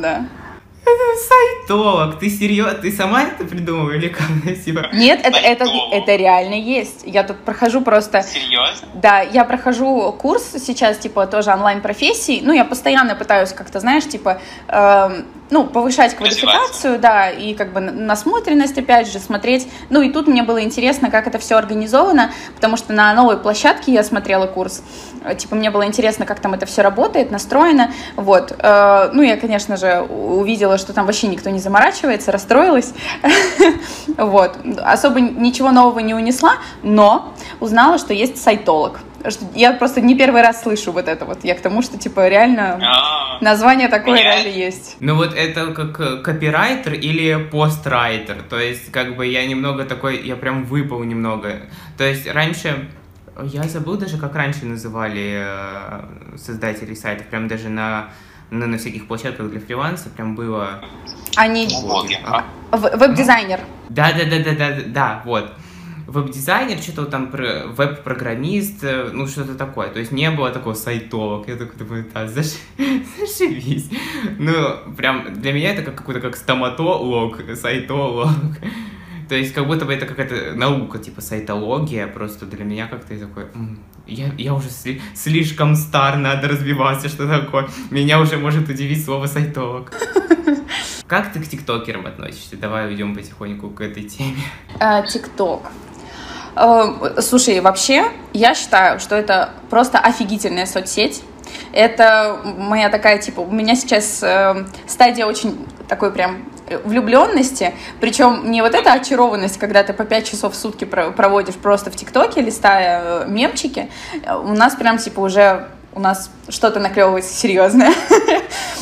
Сайтолог, ты серьезно? Ты сама это придумала или как? Нет, это реально есть. Я тут прохожу просто... Серьезно? Да, я прохожу курс сейчас, типа, тоже онлайн-профессий. Ну, я постоянно пытаюсь как-то, знаешь, типа, ну, повышать квалификацию, да, и как бы насмотренность, опять же, смотреть. Ну, и тут мне было интересно, как это все организовано, потому что на новой площадке я смотрела курс. Типа, мне было интересно, как там это все работает, настроено, вот. Ну, я, конечно же, увидела, что там вообще никто не заморачивается, расстроилась, вот. Особо ничего нового не унесла, но узнала, что есть сайтолог. Я просто не первый раз слышу вот это вот. Я к тому, что, типа, реально название такое реально есть. Ну вот это как копирайтер или пострайтер. То есть, как бы я немного такой, я прям выпал немного. То есть раньше, я забыл даже, как раньше называли создателей сайтов. Прям даже на всяких площадках для фриланса прям было... Они... Веб-дизайнер. Да, вот. Веб-дизайнер, что-то там, веб-программист, ну, что-то такое. То есть не было такого сайтолог. Я такой думаю, да, зашибись. Ну, прям для меня это как какой-то как стоматолог, сайтолог. То есть как будто бы это какая-то наука, типа сайтология. Просто для меня как-то такой... Я уже слишком стар, надо развиваться, что такое. Меня уже может удивить слово сайтолог. Как ты к тиктокерам относишься? Давай уйдем потихоньку к этой теме. Тикток. Слушай, вообще, я считаю, что это просто офигительная соцсеть. Это моя такая, типа, у меня сейчас стадия очень такой прям влюбленности, причем не вот эта очарованность, когда ты по 5 часов в сутки проводишь просто в ТикТоке, листая мемчики. У нас прям, типа, уже у нас что-то наклевывается серьезное.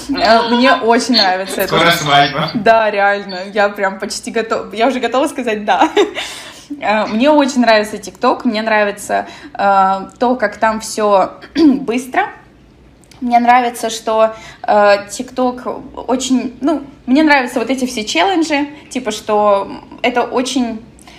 Мне очень нравится это. Скоро свадьба. Да, реально, я прям почти готова, я уже готова сказать «да». Мне очень нравится ТикТок, мне нравится то, как там все быстро. Мне нравится, что ТикТок очень... Ну, мне нравятся вот эти все челленджи, типа, что это очень...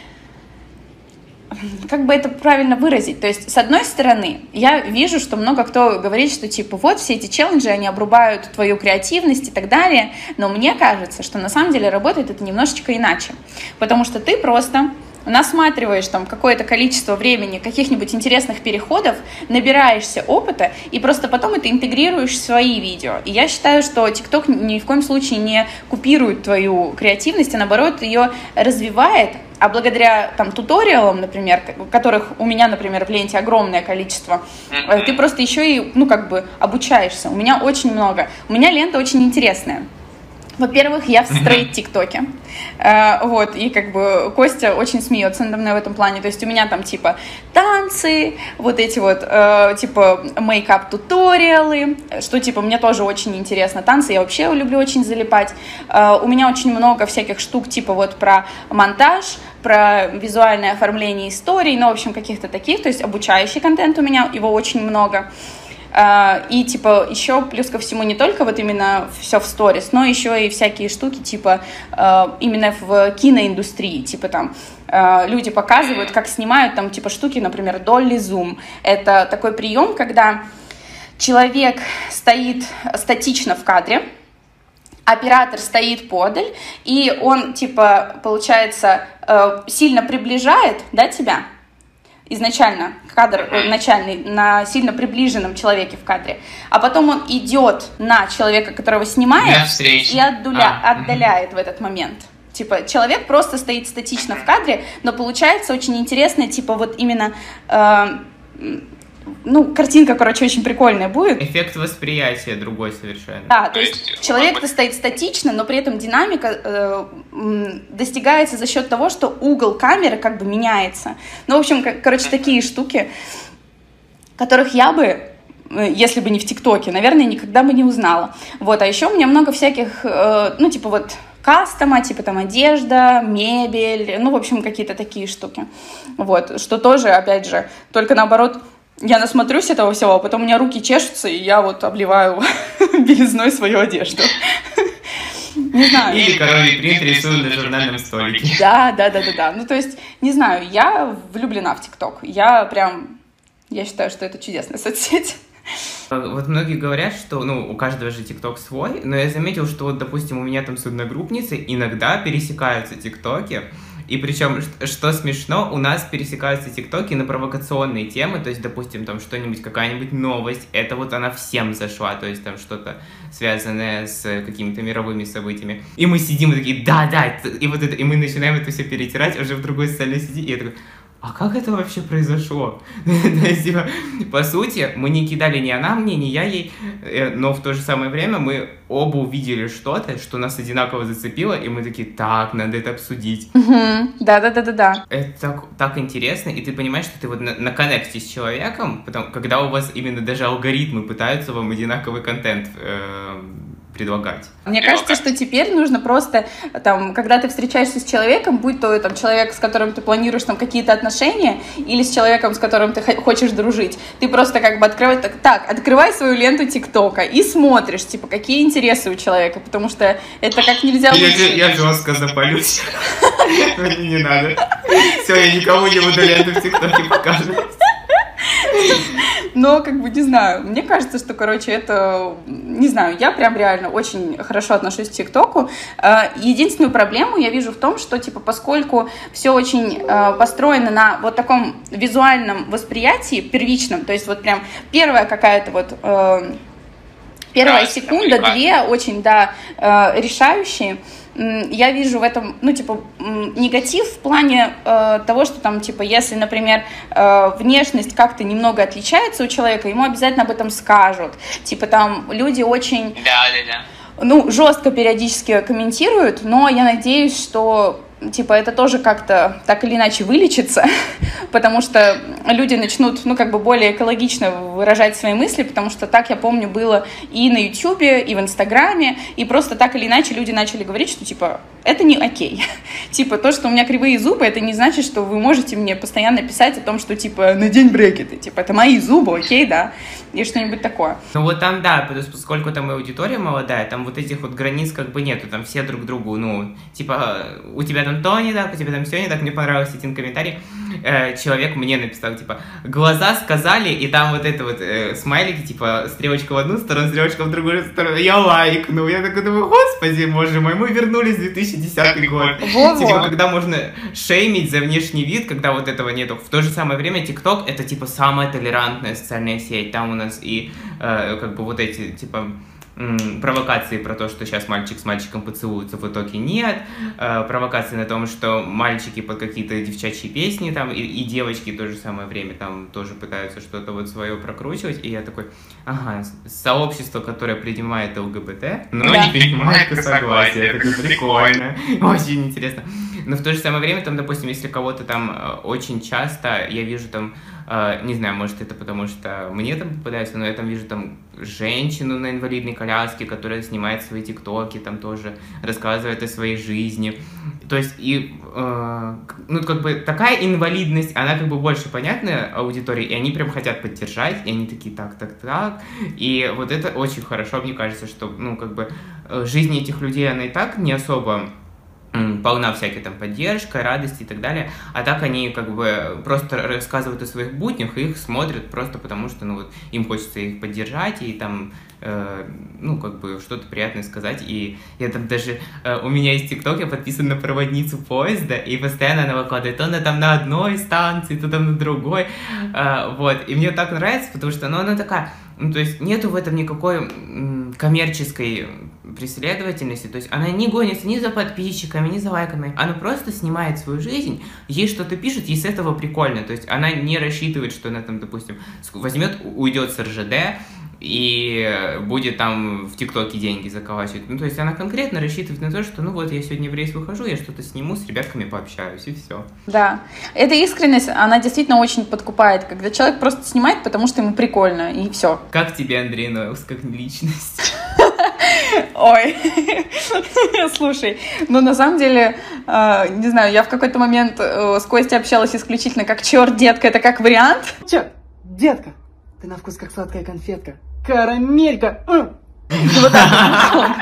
Как бы это правильно выразить? То есть, с одной стороны, я вижу, что много кто говорит, что, типа, вот все эти челленджи, они обрубают твою креативность и так далее, но мне кажется, что на самом деле работает это немножечко иначе, потому что ты просто... насматриваешь там какое-то количество времени каких-нибудь интересных переходов, набираешься опыта и просто потом это интегрируешь в свои видео. И я считаю, что TikTok ни в коем случае не купирует твою креативность, а наоборот ее развивает, а благодаря там туториалам, например, которых у меня, например, в ленте огромное количество, ты просто еще и, ну, как бы обучаешься. У меня очень много. У меня лента очень интересная. Во-первых, я в стрейт-тиктоке, вот, и как бы Костя очень смеется надо мной в этом плане, то есть у меня там типа танцы, вот эти вот, типа мейкап-туториалы, что типа мне тоже очень интересно, танцы я вообще люблю очень залипать, у меня очень много всяких штук типа вот про монтаж, про визуальное оформление историй, ну, в общем, каких-то таких, то есть обучающий контент у меня, его очень много. И, типа, еще плюс ко всему не только вот именно все в сторис, но еще и всякие штуки, типа, именно в киноиндустрии, типа, там, люди показывают, как снимают, там, типа, штуки, например, Dolly Zoom. Это такой прием, когда человек стоит статично в кадре, оператор стоит подаль, и он, типа, получается, сильно приближает, да, тебя, изначально кадр начальный на сильно приближенном человеке в кадре, а потом он идет на человека, которого снимает, и отдаляет в этот момент. Типа человек просто стоит статично в кадре, но получается очень интересно, типа вот именно, ну, картинка, короче, очень прикольная будет. Эффект восприятия другой совершенно. Да, то есть человек-то стоит статично, но при этом динамика достигается за счет того, что угол камеры как бы меняется. Ну, в общем, короче, такие штуки, которых я бы, если бы не в ТикТоке, наверное, никогда бы не узнала. Вот, а еще у меня много всяких, ну, типа вот кастома, типа там одежда, мебель, ну, в общем, какие-то такие штуки. Вот, что тоже, опять же, только наоборот... Я насмотрюсь этого всего, а потом у меня руки чешутся, и я вот обливаю белизной свою одежду. Не знаю. Или коровий принт рисую на журнальном столике. Да. Ну, то есть, не знаю, я влюблена в ТикТок. Я считаю, что это чудесная соцсеть. Вот многие говорят, что, ну, у каждого же ТикТок свой, но я заметил, что вот, допустим, у меня там с одногруппницей иногда пересекаются ТикТоки. И причем, что смешно, у нас пересекаются ТикТоки на провокационные темы, то есть, допустим, там что-нибудь, какая-нибудь новость, это вот она всем зашла, то есть там что-то связанное с какими-то мировыми событиями. И мы сидим и такие, да, и вот это, и мы начинаем это все перетирать уже в другой социальной сети, и я такой... А как это вообще произошло? То есть, типа, по сути, мы не кидали ни она мне, ни я ей, но в то же самое время мы оба увидели что-то, что нас одинаково зацепило, и мы такие, так, надо это обсудить. Да. Это так интересно, и ты понимаешь, что ты вот на коннекте с человеком, когда у вас именно даже алгоритмы пытаются вам одинаковый контент предлагать. Мне кажется, что теперь нужно просто, там, когда ты встречаешься с человеком, будь то там, человек, с которым ты планируешь там, какие-то отношения, или с человеком, с которым ты хочешь дружить, ты просто как бы открывай свою ленту ТикТока и смотришь, типа, какие интересы у человека, потому что это как нельзя лучше. Я жестко запалюсь. Не надо. Все, я никому не буду ленту в ТикТоке показывать. Но, как бы, не знаю, мне кажется, что, короче, это, не знаю, я прям реально очень хорошо отношусь к ТикТоку. Единственную проблему я вижу в том, что, типа, поскольку все очень построено на вот таком визуальном восприятии, первичном, то есть вот прям первая какая-то вот... Первая секунда, две очень, решающие. Я вижу в этом, ну, типа, негатив в плане того, что там, типа, если, например, внешность как-то немного отличается у человека, ему обязательно об этом скажут. Типа, там, люди очень, ну, жестко периодически комментируют, но я надеюсь, что, типа, это тоже как-то так или иначе вылечится, потому что люди начнут, ну, как бы более экологично выражать свои мысли, потому что так, я помню, было и на Ютубе, и в Инстаграме, и просто так или иначе люди начали говорить, что, типа, это не окей. Типа, то, что у меня кривые зубы, это не значит, что вы можете мне постоянно писать о том, что, типа, надень брекеты, типа, это мои зубы, окей, да, и что-нибудь такое. Ну вот там, да, поскольку там и аудитория молодая, там вот этих вот границ как бы нету, там все друг другу, ну, типа, у тебя там то не так, у тебя там все не так. Мне понравился один комментарий, человек мне написал, типа, глаза сказали, и там вот это вот смайлики, типа, стрелочка в одну сторону, стрелочка в другую сторону, я лайкнул, я такой думаю, господи, боже мой, мы вернулись в 2010 год. Типа, когда можно шеймить за внешний вид, когда вот этого нету. В то же самое время TikTok это, типа, самая толерантная социальная сеть, там у нас и, как бы, вот эти, типа, провокации про то, что сейчас мальчик с мальчиком поцелуются, в итоге нет, провокации на том, что мальчики под какие-то девчачьи песни там, и девочки в то же самое время там тоже пытаются что-то вот свое прокручивать, и я такой, ага, сообщество, которое принимает ЛГБТ, но не принимает согласие, это прикольно, очень интересно. Но в то же самое время, там, допустим, если кого-то там очень часто, я вижу там, не знаю, может это потому что мне там попадается, но я там вижу там женщину на инвалидной коляске, которая снимает свои тиктоки, там тоже рассказывает о своей жизни. То есть, и, ну, как бы такая инвалидность, она как бы больше понятна аудитории, и они прям хотят поддержать, и они такие так. И вот это очень хорошо, мне кажется, что, ну, как бы жизнь этих людей, она и так не особо полна всякой там поддержкой, радости и так далее, а так они как бы просто рассказывают о своих буднях, и их смотрят просто потому, что, ну, вот, им хочется их поддержать, и там, ну, как бы что-то приятное сказать, и я там даже, у меня есть ТикТок, я подписан на проводницу поезда, и постоянно она выкладывает, то она там на одной станции, то там на другой, вот, и мне так нравится, потому что, ну, она такая, ну, то есть нету в этом никакой коммерческой преследовательности, то есть она не гонится ни за подписчиками, ни за лайками, она просто снимает свою жизнь, ей что-то пишет, ей с этого прикольно, то есть она не рассчитывает, что она там, допустим, возьмет, уйдет с РЖД и будет там в ТикТоке деньги заколачивать, ну, то есть она конкретно рассчитывает на то, что, ну, вот я сегодня в рейс выхожу, я что-то сниму, с ребятками пообщаюсь, и все. Да, эта искренность, она действительно очень подкупает, когда человек просто снимает, потому что ему прикольно, и все. Как тебе Андрей Нойлс как личность? Ой, слушай, ну на самом деле, не знаю, я в какой-то момент с Костей общалась исключительно как черт, детка, это как вариант. Черт, детка, ты на вкус как сладкая конфетка, карамелька. Вот так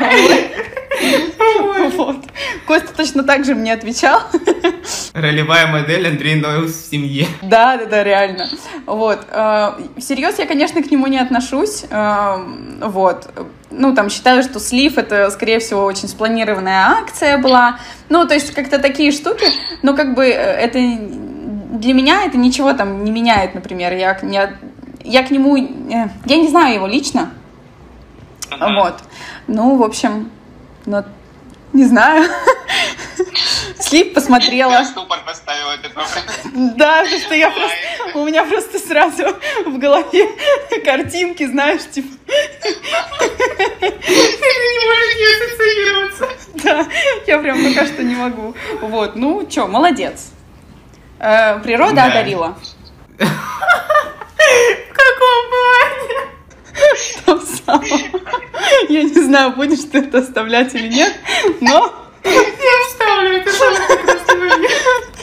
вот. Костя точно так же мне отвечал. Ролевая модель Андрей Нойлс в семье. Да, реально. Вот. Всерьез я, конечно, к нему не отношусь. Вот. Ну, там, считаю, что слив — это, скорее всего, очень спланированная акция была. Ну, то есть, как-то такие штуки. Но, как бы, это для меня это ничего там не меняет, например. Я к нему... Я не знаю его лично. Вот. Ну, в общем, ну, не знаю. Слив посмотрела. Я ступор поставила, Петров. Да, потому что у меня просто сразу в голове картинки, знаешь, типа... Ты не можешь не ассоциироваться. Да, я прям пока что не могу. Вот, ну, чё, молодец. Природа одарила. В каком плане? Том самом. Я не знаю, будешь ты это оставлять или нет, но... Я вставлю, это самый прекрасный момент.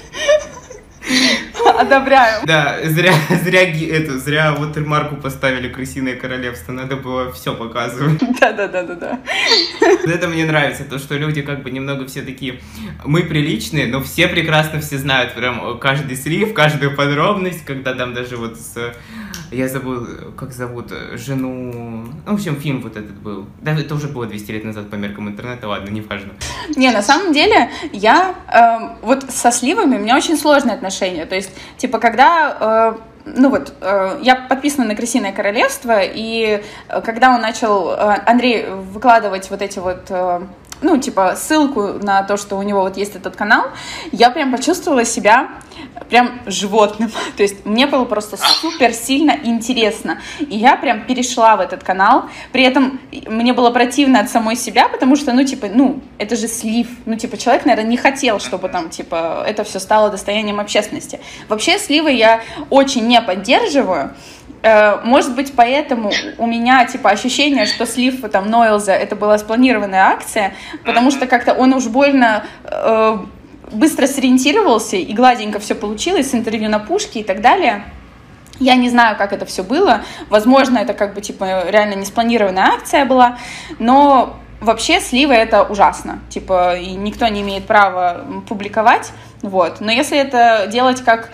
Одобряю. Да, зря watermark поставили «Крысиное королевство», надо было все показывать. Да. Это мне нравится, то, что люди как бы немного все такие, мы приличные, но все прекрасно все знают, прям каждый слив, каждую подробность, когда там даже вот я забыл, как зовут, жену... В общем, фильм вот этот был. Да, это уже было 200 лет назад по меркам интернета, ладно, не важно. Не, на самом деле, я вот со сливами у меня очень сложные отношения. То есть, типа, когда... я подписана на «Крысиное королевство», и когда он начал, Андрей, выкладывать вот эти вот ну, типа, ссылку на то, что у него вот есть этот канал, я прям почувствовала себя прям животным. То есть мне было просто супер сильно интересно. И я прям перешла в этот канал. При этом мне было противно от самой себя, потому что, ну, типа, ну, это же слив. Ну, типа, человек, наверное, не хотел, чтобы там, типа, это все стало достоянием общественности. Вообще, сливы я очень не поддерживаю. Может быть, поэтому у меня, типа, ощущение, что слив там Нойлза это была спланированная акция, потому что как-то он уж больно быстро сориентировался и гладенько все получилось с интервью на Пушке и так далее. Я не знаю, как это все было. Возможно, это как бы, типа, реально не спланированная акция была, но вообще сливы это ужасно. Типа, и никто не имеет права публиковать, вот. Но если это делать как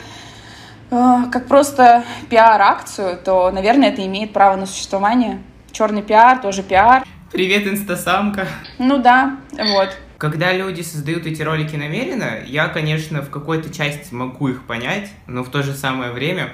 просто пиар-акцию, то, наверное, это имеет право на существование. Черный пиар, тоже пиар. Привет, инстасамка. Ну да, вот. Когда люди создают эти ролики намеренно, я, конечно, в какой-то части могу их понять, но в то же самое время,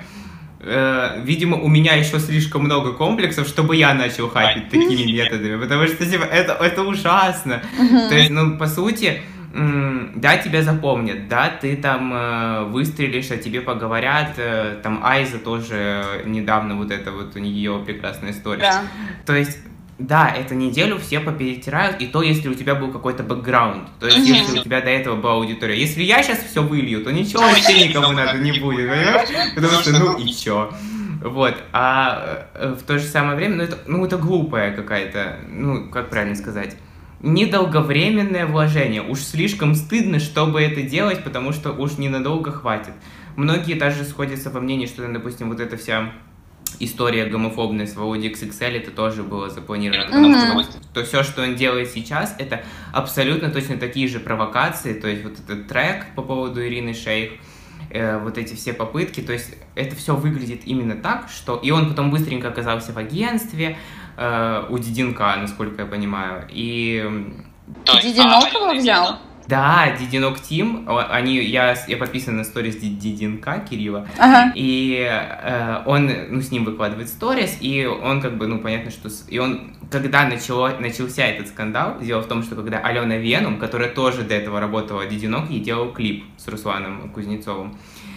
видимо, у меня еще слишком много комплексов, чтобы я начал хайпить такими методами, потому что типа, это ужасно. То есть, ну, по сути... Да, тебя запомнят, да, ты там выстрелишь, о тебе поговорят, там Айза тоже недавно вот это вот у нее прекрасная история. Да. То есть, да, эту неделю все поперетирают, и то, если у тебя был какой-то бэкграунд, то есть, если у тебя до этого была аудитория. Если я сейчас все вылью, то ничего вообще никому надо не будет, понимаешь? Потому что, ну и чё. Вот, а в то же самое время, это глупая какая-то, ну, как правильно сказать, недолговременное вложение. Уж слишком стыдно, чтобы это делать, потому что уж ненадолго хватит. Многие даже сходятся во мнении, что, допустим, вот эта вся история гомофобная с Володей XXL, это тоже было запланировано. Потому что все, что он делает сейчас, это абсолютно точно такие же провокации. То есть вот этот трек по поводу Ирины Шейх, вот эти все попытки, то есть это все выглядит именно так, что... И он потом быстренько оказался в агентстве, у Диденка, насколько я понимаю, и... Диденок его взял? Да, Диденок Тим, я подписан на сторис Диденка, Кирилла, и он, ну, с ним выкладывает сторис, и он как бы, ну, понятно, что... И он, когда начался этот скандал, дело в том, что когда Алена Венум, которая тоже до этого работала Диденок, ей делал клип с Русланом Кузнецовым.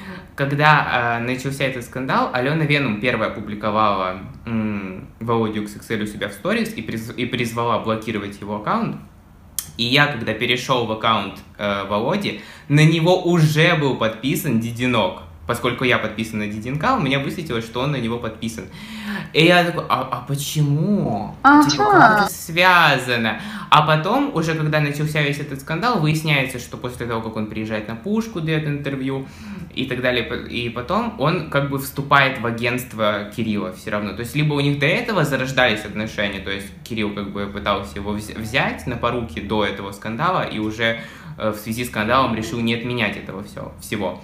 Когда начался этот скандал, Алена Венум первая опубликовала Володю XXL у себя в сторис и призвала блокировать его аккаунт. И я, когда перешел в аккаунт Володи, на него уже был подписан Диденок. Поскольку я подписан на Диденка, у меня высветилось, что он на него подписан. И я такой, а почему? Типа, как это связано? А потом, уже когда начался весь этот скандал, выясняется, что после того, как он приезжает на Пушку, дает интервью и так далее, и потом он как бы вступает в агентство Кирилла все равно. То есть, либо у них до этого зарождались отношения, то есть Кирилл как бы пытался его взять на поруки до этого скандала, и уже в связи с скандалом решил не отменять этого всего.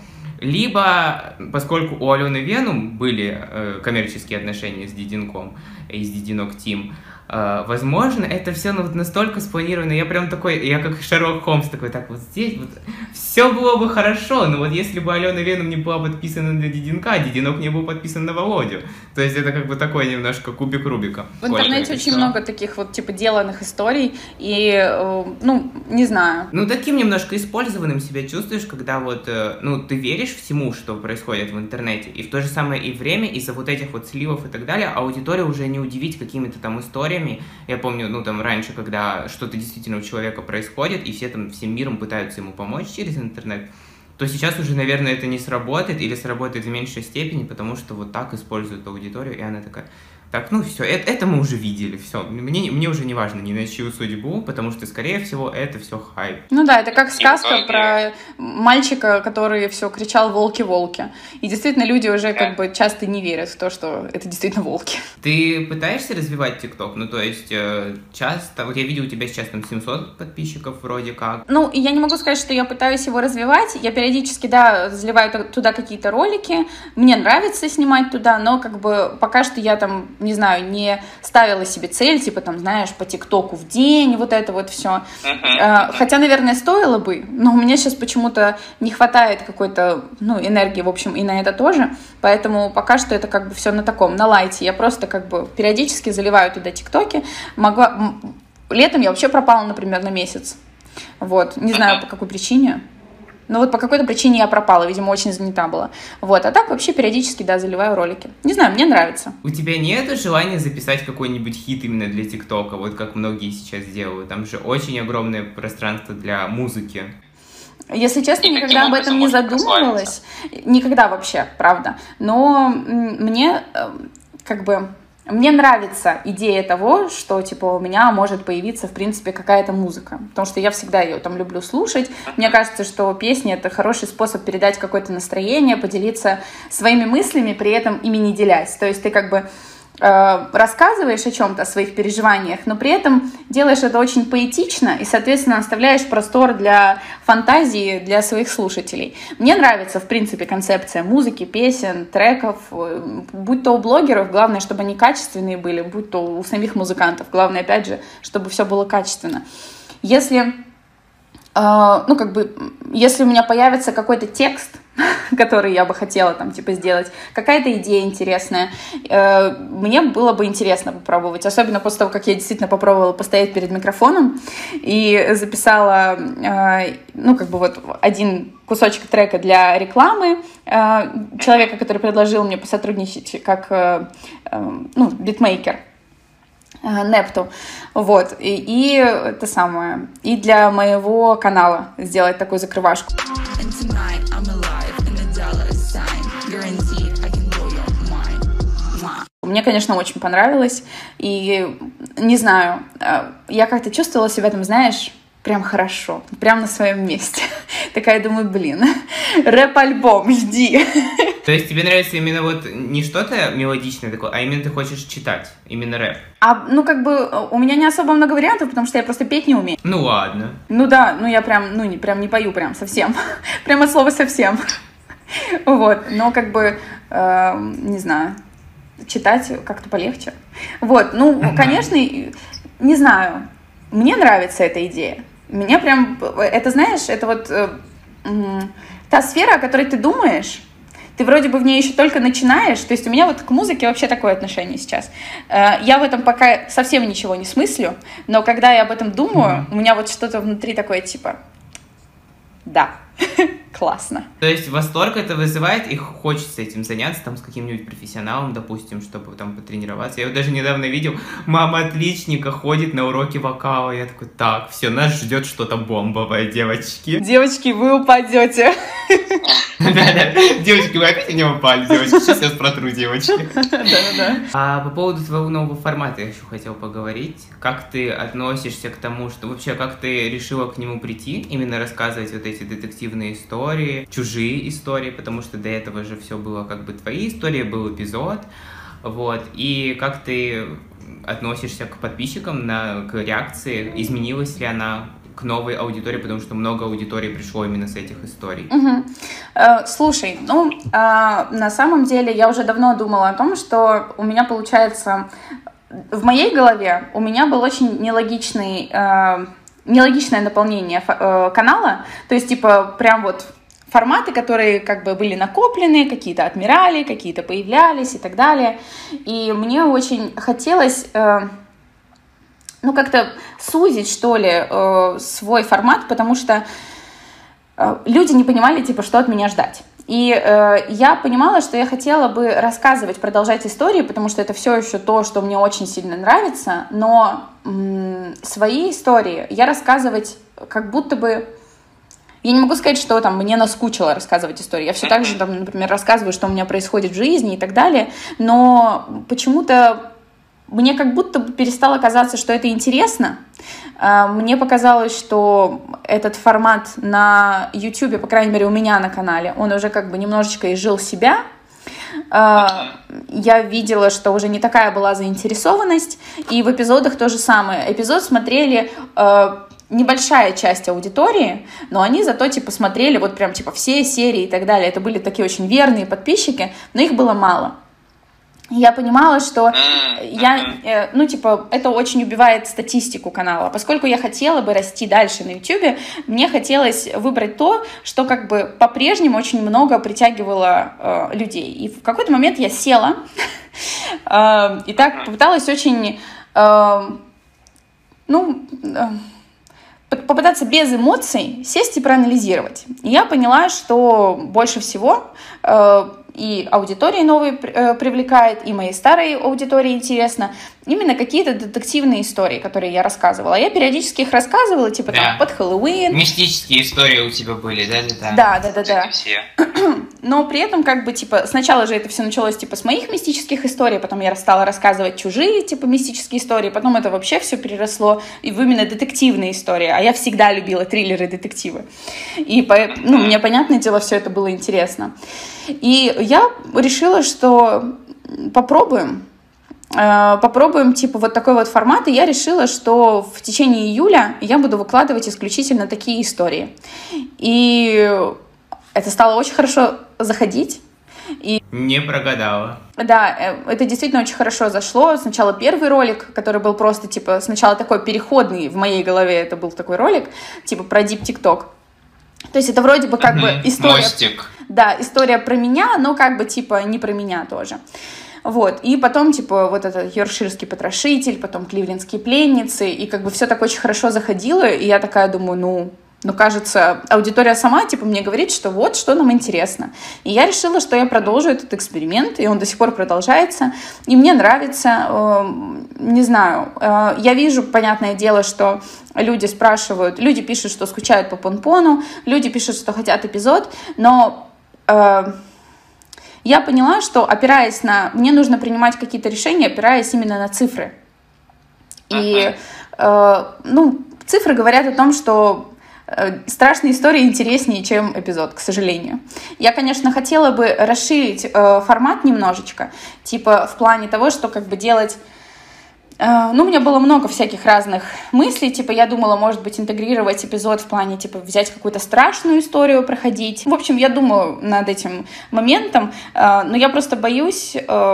Либо, поскольку у Алены Венум были коммерческие отношения с Диденком и с Диденок Тим, возможно, это все настолько спланировано. Я прям такой, я как Шерлок Холмс такой, так вот здесь вот все было бы хорошо, но вот если бы Алена Венум не была подписана на Диденка, а Диденок не был подписан на Володю. То есть это как бы такой немножко кубик Рубика. В интернете очень много таких вот типа деланных историй, и, ну, не знаю. Ну, таким немножко использованным себя чувствуешь, когда вот, ну, ты веришь всему, что происходит в интернете, и в то же самое и время, из-за вот этих вот сливов и так далее, аудиторию уже не удивить какими-то там историями. Я помню, ну, там, раньше, когда что-то действительно у человека происходит, и все там всем миром пытаются ему помочь через интернет, то сейчас уже, наверное, это не сработает, или сработает в меньшей степени, потому что вот так используют аудиторию, и она такая... Так, ну все, это мы уже видели, все. Мне уже не важно ни на чью судьбу, потому что, скорее всего, это все хайп. Ну да, это как сказка про мальчика, который все кричал «волки, волки». И действительно, люди уже как бы часто не верят в то, что это действительно волки. Ты пытаешься развивать ТикТок? Ну, то есть, часто... Вот я видел у тебя сейчас там 700 подписчиков вроде как. Ну, я не могу сказать, что я пытаюсь его развивать. Я периодически, да, заливаю туда какие-то ролики. Мне нравится снимать туда, но как бы пока что я там... не знаю, не ставила себе цель, типа там, знаешь, по ТикТоку в день, вот это вот все. Хотя, наверное, стоило бы, но у меня сейчас почему-то не хватает какой-то, ну, энергии, в общем, и на это тоже, поэтому пока что это как бы все на таком, на лайте. Я просто как бы периодически заливаю туда ТикТоки, Летом я вообще пропала, например, на месяц. Вот, не знаю, по какой причине. Но вот по какой-то причине я пропала, видимо, очень занята была. Вот, а так вообще периодически, да, заливаю ролики. Не знаю, мне нравится. У тебя нет желания записать какой-нибудь хит именно для ТикТока, вот как многие сейчас делают? Там же очень огромное пространство для музыки. Если честно, никогда об этом не задумывалась. Никогда вообще, правда. Но мне мне нравится идея того, что, типа, у меня может появиться, в принципе, какая-то музыка. Потому что я всегда ее там люблю слушать. Мне кажется, что песни — это хороший способ передать какое-то настроение, поделиться своими мыслями, при этом ими не делясь. То есть ты как бы рассказываешь о чем-то, о своих переживаниях, но при этом делаешь это очень поэтично и, соответственно, оставляешь простор для фантазии для своих слушателей. Мне нравится, в принципе, концепция музыки, песен, треков, будь то у блогеров, главное, чтобы они качественные были, будь то у самих музыкантов, главное, опять же, чтобы все было качественно. Если если у меня появится какой-то текст, который я бы хотела там, типа, сделать, какая-то идея интересная, мне было бы интересно попробовать, особенно после того, как я действительно попробовала постоять перед микрофоном и записала, один кусочек трека для рекламы человека, который предложил мне посотрудничать как, битмейкер. Непту, вот, и это самое, и для моего канала сделать такую закрывашку. Мне, конечно, очень понравилось, и не знаю, я как-то чувствовала себя там, знаешь, прям хорошо, прям на своем месте. Такая, думаю, рэп-альбом, жди. То есть тебе нравится именно вот не что-то мелодичное такое, а именно ты хочешь читать, именно рэп? У меня не особо много вариантов, потому что я просто петь не умею. Ну ладно. Ну да, я прям не пою прям совсем. Прям от слова совсем. Вот, но не знаю, читать как-то полегче. Вот, конечно, не знаю, мне нравится эта идея. Меня прям, это знаешь, это вот та сфера, о которой ты думаешь, ты вроде бы в ней еще только начинаешь, то есть у меня вот к музыке вообще такое отношение сейчас. Я в этом пока совсем ничего не смыслю, но когда я об этом думаю, у меня вот что-то внутри такое типа, да, классно. То есть восторг это вызывает, и хочется этим заняться, там, с каким-нибудь профессионалом, допустим, чтобы там потренироваться. Я вот даже недавно видел, мама отличника ходит на уроки вокала. Я такой, так, все, нас ждет что-то бомбовое, девочки. Девочки, вы упадете. Да-да, девочки, вы опять не упали, девочки, сейчас я протру, девочки. Да-да-да. А по поводу твоего нового формата я еще хотел поговорить. Как ты относишься к тому, что вообще, как ты решила к нему прийти, именно рассказывать вот эти детективные истории, чужие истории, потому что до этого же все было как бы твои истории, был эпизод, вот, и как ты относишься к подписчикам, к реакции, изменилась ли она к новой аудитории, потому что много аудитории пришло именно с этих историй. Слушай, на самом деле я уже давно думала о том, что у меня получается, в моей голове у меня был очень нелогичное наполнение канала, то есть, типа, прям вот форматы, которые как бы были накоплены, какие-то отмирали, какие-то появлялись и так далее, и мне очень хотелось, как-то сузить, что ли, свой формат, потому что люди не понимали, типа, что от меня ждать. И я понимала, что я хотела бы рассказывать, продолжать истории, потому что это все еще то, что мне очень сильно нравится, но свои истории я рассказывать как будто бы... Я не могу сказать, что там мне наскучило рассказывать истории. Я все так же, там, например, рассказываю, что у меня происходит в жизни и так далее, но почему-то мне как будто бы перестало казаться, что это интересно. Мне показалось, что этот формат на YouTube, по крайней мере, у меня на канале, он уже как бы немножечко изжил себя. Я видела, что уже не такая была заинтересованность, и в эпизодах то же самое. Эпизод смотрели небольшая часть аудитории, но они зато, типа, смотрели вот прям, типа, все серии и так далее. Это были такие очень верные подписчики, но их было мало. Я понимала, что это очень убивает статистику канала. Поскольку я хотела бы расти дальше на YouTube, мне хотелось выбрать то, что как бы по-прежнему очень много притягивало людей. И в какой-то момент я села и так попыталась очень... ну, попытаться без эмоций сесть и проанализировать. И я поняла, что больше всего и аудитории новые привлекает, и моей старой аудитории интересно именно какие-то детективные истории, которые я рассказывала. Я периодически их рассказывала, типа там под Хэллоуин. Мистические истории у тебя были, да? Да. Но при этом как бы типа сначала же это все началось типа с моих мистических историй, потом я стала рассказывать чужие типа мистические истории, потом это вообще все переросло и в именно детективные истории. А я всегда любила триллеры, детективы. И мне, понятное дело, все это было интересно. И я решила, что попробуем, типа, вот такой вот формат, и я решила, что в течение июля я буду выкладывать исключительно такие истории. И это стало очень хорошо заходить. И... Не прогадала. Да, это действительно очень хорошо зашло. Сначала первый ролик, который был просто, типа, сначала такой переходный в моей голове, это был такой ролик, типа, про Deep TikTok. То есть это вроде бы как бы история... Мостик. Да, история про меня, но как бы, типа, не про меня тоже. Вот, и потом, типа, вот этот Йоркширский потрошитель, потом Кливлендские пленницы, и как бы все так очень хорошо заходило, и я такая думаю, ну, кажется, аудитория сама, типа, мне говорит, что вот, что нам интересно. И я решила, что я продолжу этот эксперимент, и он до сих пор продолжается, и мне нравится, не знаю, я вижу, понятное дело, что люди спрашивают, люди пишут, что скучают по Понпону, люди пишут, что хотят эпизод, но... Я поняла, что мне нужно принимать какие-то решения, опираясь именно на цифры. И, цифры говорят о том, что страшные истории интереснее, чем эпизод, к сожалению. Я, конечно, хотела бы расширить формат немножечко, типа в плане того, что как бы делать... у меня было много всяких разных мыслей, типа я думала, может быть, интегрировать эпизод в плане, типа, взять какую-то страшную историю, проходить. В общем, я думаю над этим моментом, но я просто боюсь,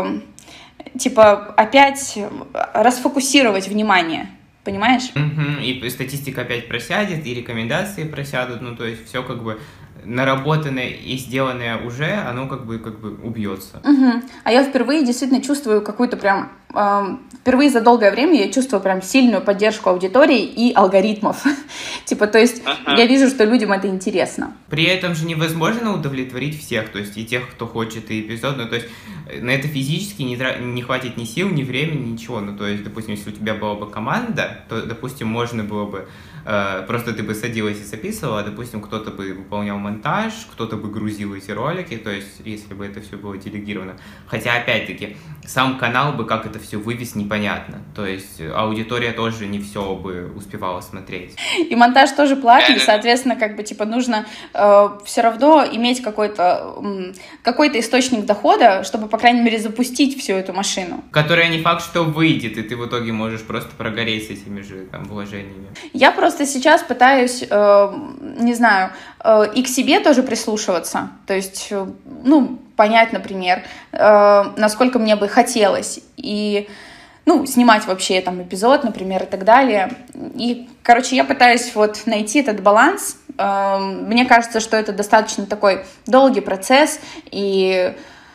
типа, опять расфокусировать внимание, понимаешь? И статистика опять просядет, и рекомендации просядут, ну, то есть все как бы... наработанное и сделанное уже, оно как бы убьется. А я впервые действительно чувствую какую-то прям... впервые за долгое время я чувствую прям сильную поддержку аудитории и алгоритмов. Типа, то есть я вижу, что людям это интересно. При этом же невозможно удовлетворить всех, то есть и тех, кто хочет, и эпизод, ну, то есть на это физически не хватит ни сил, ни времени, ничего. Ну, то есть, допустим, если у тебя была бы команда, то, допустим, можно было бы просто ты бы садилась и записывала, допустим, кто-то бы выполнял монтаж, кто-то бы грузил эти ролики, то есть, если бы это все было делегировано. Хотя, опять-таки, сам канал бы как это все вывез, непонятно. То есть, аудитория тоже не все бы успевала смотреть. И монтаж тоже платный, соответственно, как бы, типа, нужно все равно иметь какой-то источник дохода, чтобы, по крайней мере, запустить всю эту машину. Которая не факт, что выйдет, и ты в итоге можешь просто прогореть с этими же там вложениями. Я просто сейчас пытаюсь, не знаю, и к себе тоже прислушиваться. То есть, понять, например, насколько мне бы хотелось. И, снимать вообще там эпизод, например, и так далее. И, короче, я пытаюсь вот найти этот баланс. Мне кажется, что это достаточно такой долгий процесс, и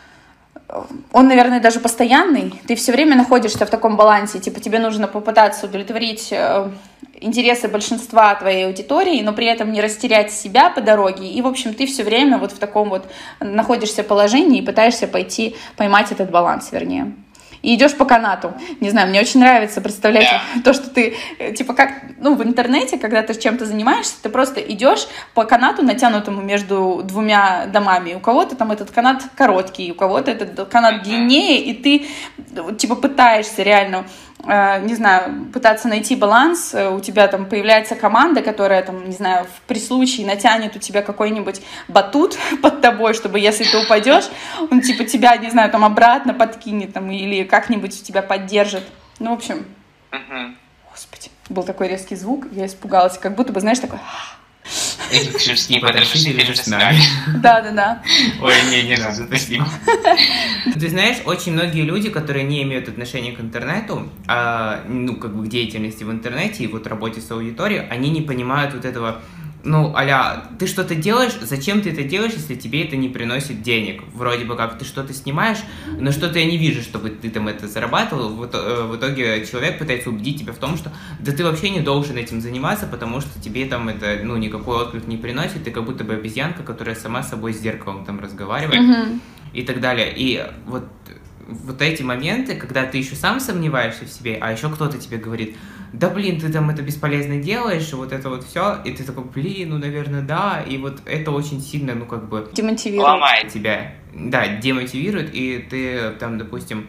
он, наверное, даже постоянный. Ты все время находишься в таком балансе. Типа тебе нужно попытаться удовлетворить интересы большинства твоей аудитории, но при этом не растерять себя по дороге. И, в общем, ты все время вот в таком вот находишься положении и пытаешься поймать этот баланс, вернее. И идешь по канату. Не знаю, мне очень нравится представлять то, что ты, типа, как, в интернете, когда ты чем-то занимаешься, ты просто идешь по канату, натянутому между двумя домами. У кого-то там этот канат короткий, у кого-то этот канат длиннее, и ты, типа, пытаешься реально, не знаю, пытаться найти баланс. У тебя там появляется команда, которая, там, не знаю, при случае натянет у тебя какой-нибудь батут под тобой, чтобы, если ты упадешь, он, типа, тебя, не знаю, там, обратно подкинет, там, или как-нибудь тебя поддержит. В общем, Господи, был такой резкий звук, я испугалась, как будто бы, знаешь, такой... Йоркширские потрошители же с нами. Да. Ой, не надо, спасибо. Ты знаешь, очень многие люди, которые не имеют отношения к интернету, к деятельности в интернете и вот работе с аудиторией, они не понимают вот этого ну, а-ля, ты что-то делаешь, зачем ты это делаешь, если тебе это не приносит денег? Вроде бы как ты что-то снимаешь, но что-то я не вижу, чтобы ты там это зарабатывал. В итоге человек пытается убедить тебя в том, что да ты вообще не должен этим заниматься, потому что тебе там это, ну, никакой отклик не приносит, ты как будто бы обезьянка, которая сама с собой с зеркалом там разговаривает и так далее. И вот эти моменты, когда ты еще сам сомневаешься в себе, а еще кто-то тебе говорит: да блин, ты там это бесполезно делаешь, и вот это вот все, и ты такой: блин, ну, наверное, да, и вот это очень сильно, ну, как бы... Демотивирует. Ломает тебя. Да, демотивирует, и ты там, допустим,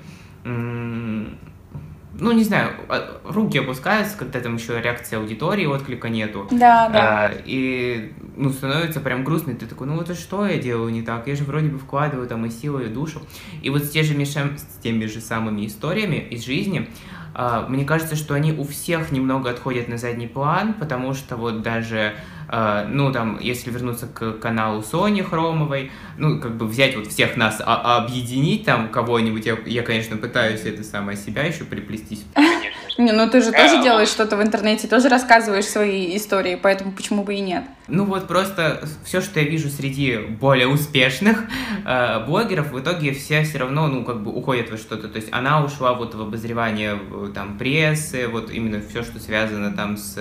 ну, не знаю, руки опускаются, когда там еще реакция аудитории, отклика нету. Да. И, ну, становится прям грустно, и ты такой: ну, вот и что я делаю не так? Я же вроде бы вкладываю там и силу, и душу. И вот с теми же самыми историями из жизни, мне кажется, что они у всех немного отходят на задний план, потому что вот даже, ну, там, если вернуться к каналу Сони Хромовой, ну, как бы взять вот всех нас, объединить там кого-нибудь, я, конечно, пытаюсь это самое себя еще приплестись, конечно же. Не, ну ты же тоже делаешь что-то в интернете, тоже рассказываешь свои истории, поэтому почему бы и нет? Ну вот просто все, что я вижу среди более успешных блогеров, в итоге все равно, ну, как бы уходят во что-то. То есть она ушла вот в обозревание там прессы, вот именно все, что связано там с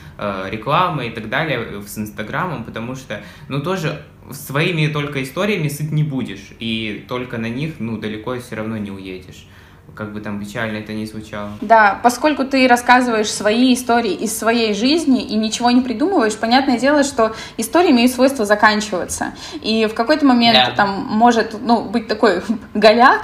рекламой и так далее, с Инстаграмом, потому что, ну, тоже своими только историями сыт не будешь, и только на них, ну, далеко все равно не уедешь. Как бы там печально это ни звучало. Да, поскольку ты рассказываешь свои истории из своей жизни и ничего не придумываешь, понятное дело, что истории имеют свойство заканчиваться. И в какой-то момент там может, ну, быть такой голяк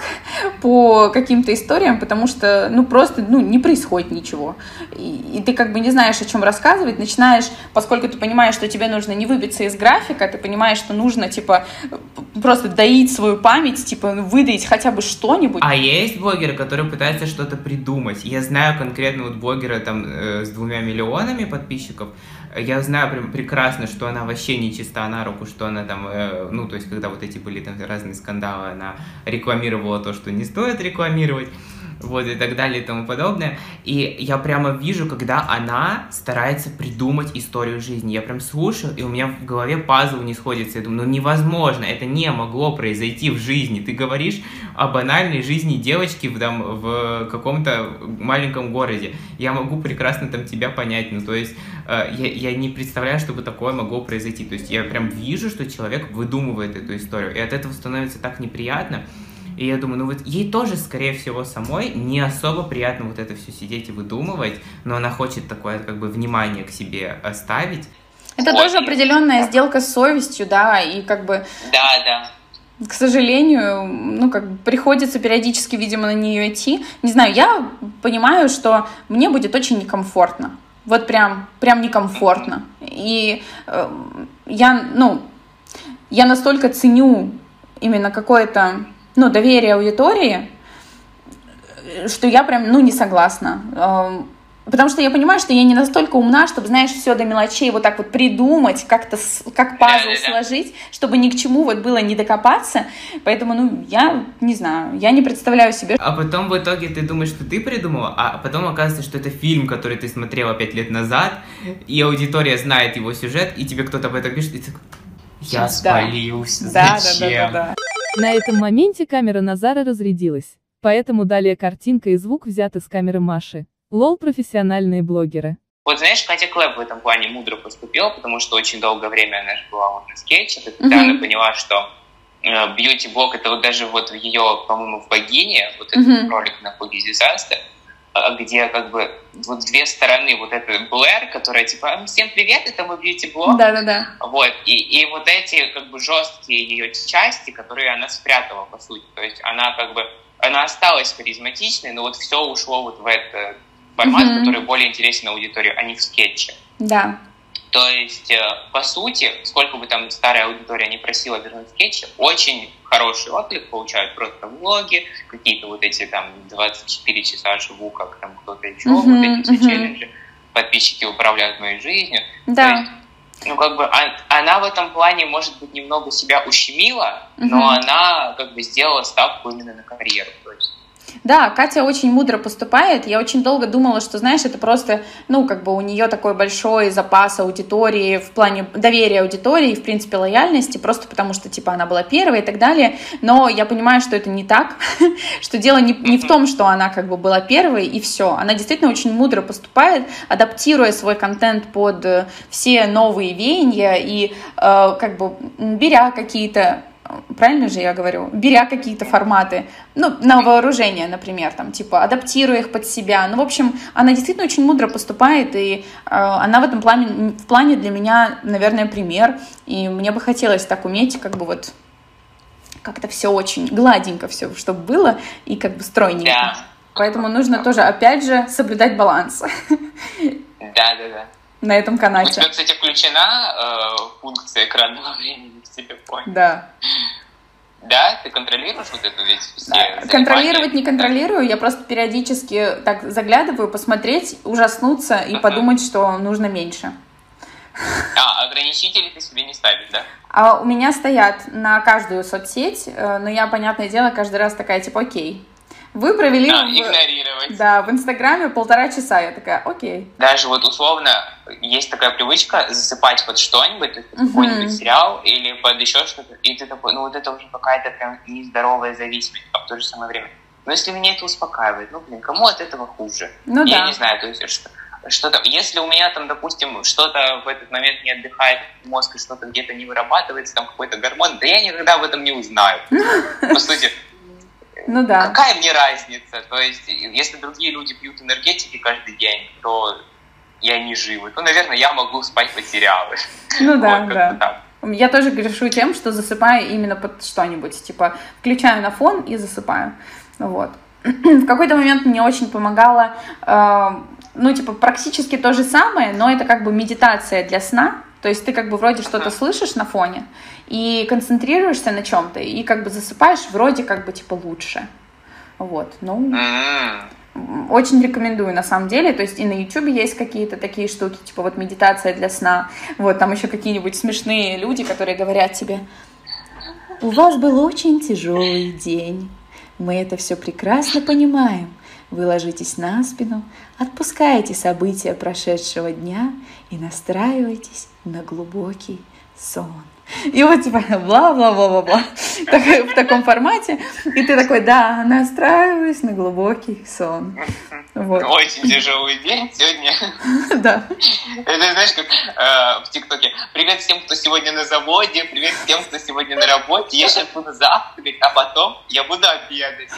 по каким-то историям, потому что, ну, просто, ну, не происходит ничего. И ты как бы не знаешь, о чем рассказывать, начинаешь, поскольку ты понимаешь, что тебе нужно не выбиться из графика, ты понимаешь, что нужно, типа, просто доить свою память, типа, выдать хотя бы что-нибудь. А есть блогеры, которые пытаются что-то придумать. Я знаю конкретно вот блогера там с 2 миллионами подписчиков. Я знаю прям прекрасно, что она вообще не чиста на руку, что она там, ну, то есть, когда вот эти были там разные скандалы, она рекламировала то, что не стоит рекламировать, вот, и так далее, и тому подобное. И я прямо вижу, когда она старается придумать историю жизни. Я прям слушаю, и у меня в голове пазл не сходится. Я думаю, ну, невозможно, это не могло произойти в жизни. Ты говоришь о банальной жизни девочки в каком-то маленьком городе. Я могу прекрасно там тебя понять, ну, то есть, я не представляю, чтобы такое могло произойти. То есть, я прям вижу, что человек выдумывает эту историю, и от этого становится так неприятно. И я думаю, ну вот ей тоже, скорее всего, самой не особо приятно вот это все сидеть и выдумывать, но она хочет такое, как бы, внимание к себе оставить. Это тоже определенная сделка с совестью, да, и как бы... Да. К сожалению, ну, как бы приходится периодически, видимо, на нее идти. Не знаю, я понимаю, что мне будет очень некомфортно. Вот прям некомфортно. И я настолько ценю именно какое-то, ну, доверие аудитории, что я прям, ну, не согласна. Потому что я понимаю, что я не настолько умна, чтобы, знаешь, все до мелочей вот так вот придумать, как-то как пазл сложить, чтобы ни к чему вот было не докопаться. Поэтому, ну, я не знаю, я не представляю себе. А потом в итоге ты думаешь, что ты придумала, а потом оказывается, что это фильм, который ты смотрела 5 лет назад, и аудитория знает его сюжет, и тебе кто-то об этом пишет, и ты такой: я спалился, зачем? Да. На этом моменте камера Назара разрядилась, поэтому далее картинка и звук взяты с камеры Маши. Лол, профессиональные блогеры. Вот знаешь, Катя Клэп в этом плане мудро поступила, потому что очень долгое время она же была вот на скетче, когда она поняла, что бьюти-блог, это вот даже вот в ее, по-моему, в «Богине», вот этот ролик на Хуги Дизастер, где как бы вот две стороны, вот это Блэр, которая типа: всем привет, это мой бьюти-блог. Да. Вот, и вот эти как бы жесткие ее части, которые она спрятала, по сути. То есть она как бы, она осталась харизматичной, но вот все ушло вот в этот формат, который более интересен аудитории, а не в скетче. Да. То есть, по сути, сколько бы там старая аудитория не просила вернуть скетчи, очень хороший отклик получают просто влоги, какие-то вот эти там 24 часа живу, как там кто-то еще, вот эти все челленджи, подписчики управляют моей жизнью. Да. То есть, ну, как бы, она в этом плане, может быть, немного себя ущемила, но она как бы сделала ставку именно на карьеру. То есть, Да, Катя очень мудро поступает. Я очень долго думала, что, знаешь, это просто, ну, как бы у нее такой большой запас аудитории в плане доверия аудитории, в принципе, лояльности, просто потому что, типа, она была первой и так далее. Но я понимаю, что это не так, что дело не в том, что она как бы была первой и все. Она действительно очень мудро поступает, адаптируя свой контент под все новые веяния и как бы беря какие-то, правильно же я говорю, беря какие-то форматы, ну, на вооружение, например, там, типа, адаптируя их под себя. Ну, в общем, она действительно очень мудро поступает, и она в этом плане для меня, наверное, пример, и мне бы хотелось так уметь, как бы вот, как-то все очень гладенько, все, чтобы было, и как бы стройненько. Да. Поэтому нужно тоже, опять же, соблюдать баланс. Да. На этом канале. У тебя, кстати, включена функция экранного времени в телефоне? Да. Да? Ты контролируешь вот эту ведь все Контролировать не контролирую, я просто периодически так заглядываю, посмотреть, ужаснуться и подумать, что нужно меньше. Ограничители ты себе не ставишь, да? А у меня стоят на каждую соцсеть, но я, понятное дело, каждый раз такая, типа, окей. Вы провели игнорировать. Да, в Инстаграме 1,5 часа. Я такая, окей. Даже вот условно есть такая привычка засыпать под что-нибудь, какой-нибудь сериал или под еще что-то, и ты такой, ну вот это уже какая-то прям нездоровая зависимость, а в то же самое время. Но если меня это успокаивает, ну блин, кому от этого хуже? Ну я да. не знаю, то есть что-то, если у меня там, допустим, что-то в этот момент не отдыхает мозг и что-то где-то не вырабатывается, там какой-то гормон, да я никогда об этом не узнаю. По сути, ну да. Какая мне разница? То есть, если другие люди пьют энергетики каждый день, то я не живу. То, наверное, я могу спать под сериалы. Ну да, вот, да. Так. Я тоже грешу тем, что засыпаю именно под что-нибудь. Типа, включаю на фон и засыпаю. Вот. В какой-то момент мне очень помогало, ну, типа, практически то же самое, но это как бы медитация для сна. То есть ты как бы вроде что-то слышишь на фоне и концентрируешься на чем-то, и как бы засыпаешь вроде как бы типа лучше. Вот, ну, очень рекомендую на самом деле. То есть и на YouTube есть какие-то такие штуки, типа вот медитация для сна. Вот, там еще какие-нибудь смешные люди, которые говорят тебе: у вас был очень тяжелый день, мы это все прекрасно понимаем. Вы ложитесь на спину, отпускаете события прошедшего дня и настраиваетесь на глубокий сон. И вот типа бла-бла-бла-бла-бла в таком формате. И ты такой, да, настраиваюсь на глубокий сон. Вот. Очень тяжелый день сегодня. Да. Это знаешь, как в ТикТоке. Привет всем, кто сегодня на заводе, привет всем, кто сегодня на работе. Я сейчас буду завтракать, а потом я буду обедать.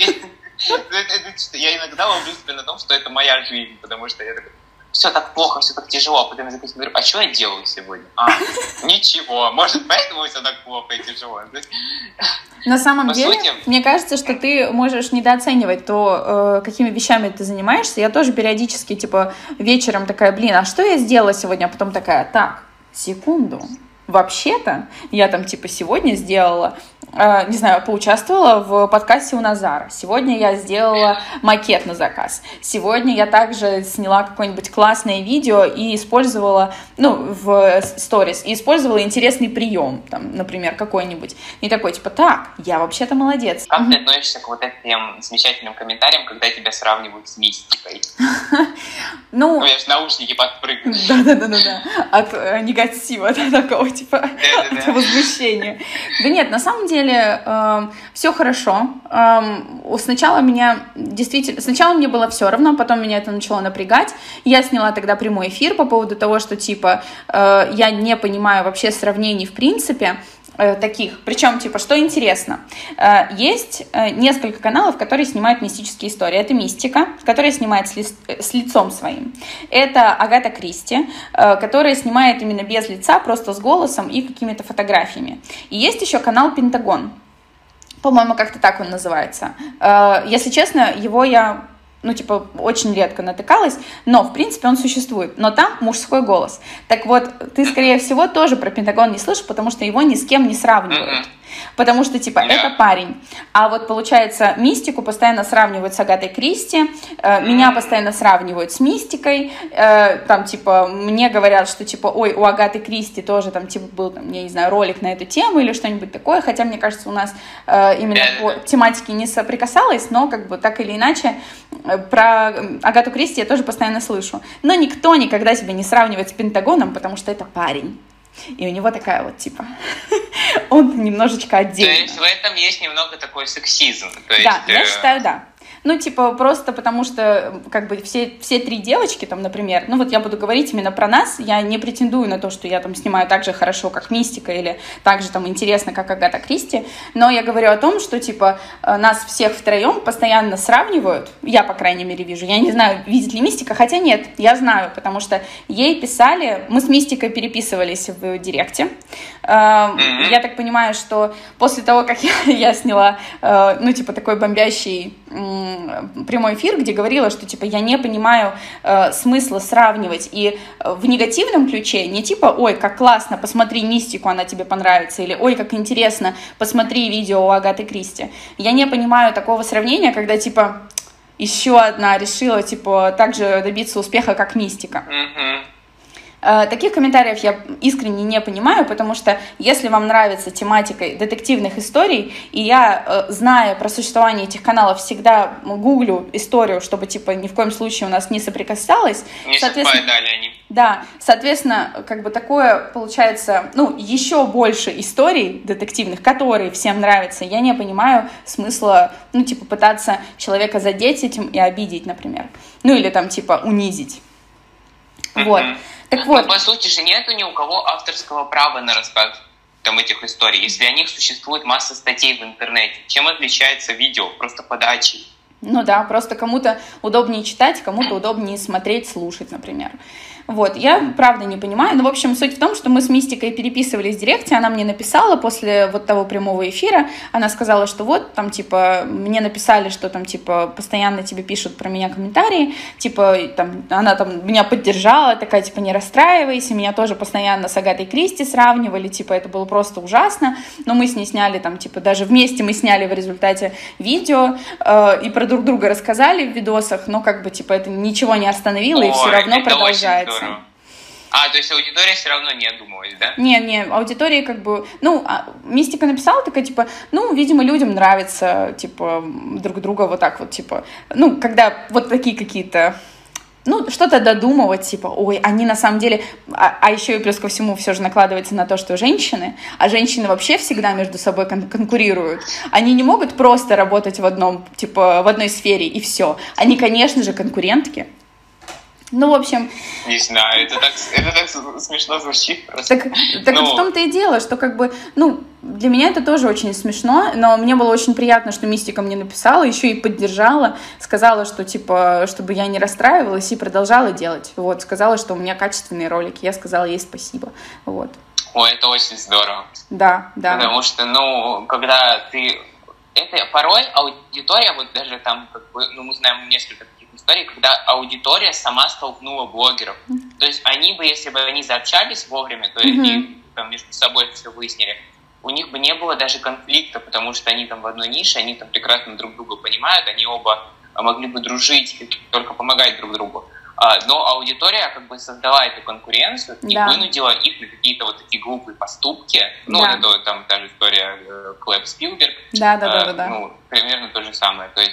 Я иногда ловлю себя на том, что это моя жизнь, потому что я такой, все так плохо, все так тяжело, а потом я такой говорю, а что я делаю сегодня? Ничего, может, поэтому все так плохо и тяжело. На самом деле, мне кажется, что ты можешь недооценивать то, какими вещами ты занимаешься. Я тоже периодически, типа, вечером такая, блин, а что я сделала сегодня? А потом такая, так, секунду. Вообще-то, я там, типа, сегодня сделала, не знаю, поучаствовала в подкасте у Назара. Сегодня я сделала макет на заказ. Сегодня я также сняла какое-нибудь классное видео и использовала, ну, в сторис, и использовала интересный прием, там, например, какой-нибудь. И такой, типа, так, я вообще-то молодец. Как ты относишься к вот этим замечательным комментариям, когда тебя сравнивают с мистикой? Ну, я же наушники подпрыгну. Да. От негатива, такого, типа, от возмущения. Да нет, на самом деле все хорошо. Сначала мне было все равно, потом меня это начало напрягать. Я сняла тогда прямой эфир по поводу того, что, типа, я не понимаю вообще сравнений в принципе таких. Причем, типа, что интересно, есть несколько каналов, которые снимают мистические истории. Это Мистика, которая снимает с лицом своим. Это Агата Кристи, которая снимает именно без лица, просто с голосом и какими-то фотографиями. И есть еще канал Пентагон. По-моему, как-то так он называется. Если честно, его я... очень редко натыкалась, но, в принципе, он существует. Но там мужской голос. Так вот, ты, скорее всего, тоже про Пентагон не слышишь, потому что его ни с кем не сравнивают. потому что, типа, это парень. А вот, получается, Мистику постоянно сравнивают с Агатой Кристи, меня постоянно сравнивают с Мистикой, там, типа, мне говорят, что, типа, ой, у Агаты Кристи тоже, там, типа, был, там, я не знаю, ролик на эту тему или что-нибудь такое, хотя, мне кажется, у нас именно по тематике не соприкасалось, но, как бы, так или иначе, про Агату Кристи я тоже постоянно слышу. Но никто никогда себя не сравнивает с Пентагоном, потому что это парень. И у него такая вот, типа, он немножечко отдельный. То есть в этом есть немного такой сексизм. То есть, да, я считаю, да. Ну, типа, просто потому что, как бы, все 3 девочки, там, например, ну, вот я буду говорить именно про нас, я не претендую на то, что я там снимаю так же хорошо, как Мистика, или так же там интересно, как Агата Кристи, но я говорю о том, что, типа, нас всех втроем постоянно сравнивают, я, по крайней мере, вижу, я не знаю, видит ли Мистика, хотя нет, я знаю, потому что ей писали, мы с Мистикой переписывались в директе, я так понимаю, что после того, как я сняла, ну, типа, такой бомбящий прямой эфир, где говорила, что, типа, я не понимаю смысла сравнивать, и в негативном ключе, не типа, ой, как классно, посмотри Мистику, она тебе понравится, или ой, как интересно, посмотри видео у Агаты Кристи. Я не понимаю такого сравнения, когда, типа, еще одна решила, типа, так же добиться успеха, как Мистика. Таких комментариев я искренне не понимаю, потому что если вам нравится тематика детективных историй, и я, зная про существование этих каналов, всегда гуглю историю, чтобы, типа, ни в коем случае у нас не соприкасалось. Не совпадали они. Да, соответственно, как бы такое получается, ну, еще больше историй детективных, которые всем нравятся. Я не понимаю смысла, ну, типа, пытаться человека задеть этим и обидеть, например. Ну, или там, типа, унизить. Вот. Так вот. По сути же нету ни у кого авторского права на рассказ там этих историй, если о них существует масса статей в интернете. Чем отличается видео? Просто подачей. Ну да, просто кому-то удобнее читать, кому-то удобнее смотреть, слушать, например. Вот, я правда не понимаю. Ну, в общем, суть в том, что мы с Мистикой переписывались в директе, она мне написала после вот того прямого эфира, она сказала, что вот, там, типа, мне написали, что там, типа, постоянно тебе пишут про меня комментарии, типа, там, она там меня поддержала, такая, типа, не расстраивайся, меня тоже постоянно с Агатой Кристи сравнивали, типа, это было просто ужасно, но мы с ней сняли, там, типа, даже вместе мы сняли в результате видео и про друг друга рассказали в видосах, но, как бы, типа, это ничего не остановило, и все равно продолжается. То есть аудитория все равно не одумалась, да? Не, аудитория как бы... Ну, Мистика написала такая, типа, ну, видимо, людям нравится, типа, друг друга вот так вот, типа... Ну, когда вот такие какие-то... Ну, что-то додумывать, типа, ой, они на самом деле... А еще и плюс ко всему все же накладывается на то, что женщины, а женщины вообще всегда между собой конкурируют. Они не могут просто работать в одном, типа, в одной сфере, и все. Они, конечно же, конкурентки. Ну, в общем... Не знаю, это так смешно звучит просто. Так в том-то и дело, что как бы, ну, для меня это тоже очень смешно, но мне было очень приятно, что Мистика мне написала, еще и поддержала, сказала, что, типа, чтобы я не расстраивалась и продолжала делать. Вот, сказала, что у меня качественные ролики, я сказала ей спасибо, вот. Ой, это очень здорово. Да. Потому что, ну, когда ты... Это порой аудитория, вот даже там, как бы, ну, мы знаем несколько историй, когда аудитория сама столкнула блогеров. То есть они бы, если бы они заобщались вовремя, то есть они там между собой все выяснили, у них бы не было даже конфликта, потому что они там в одной нише, они там прекрасно друг друга понимают, они оба могли бы дружить и только помогать друг другу. Но аудитория как бы создала эту конкуренцию и вынудила их на какие-то вот такие глупые поступки. Ну, это вот там та же история Клэп Спилберг. Да. Ну, примерно то же самое. То есть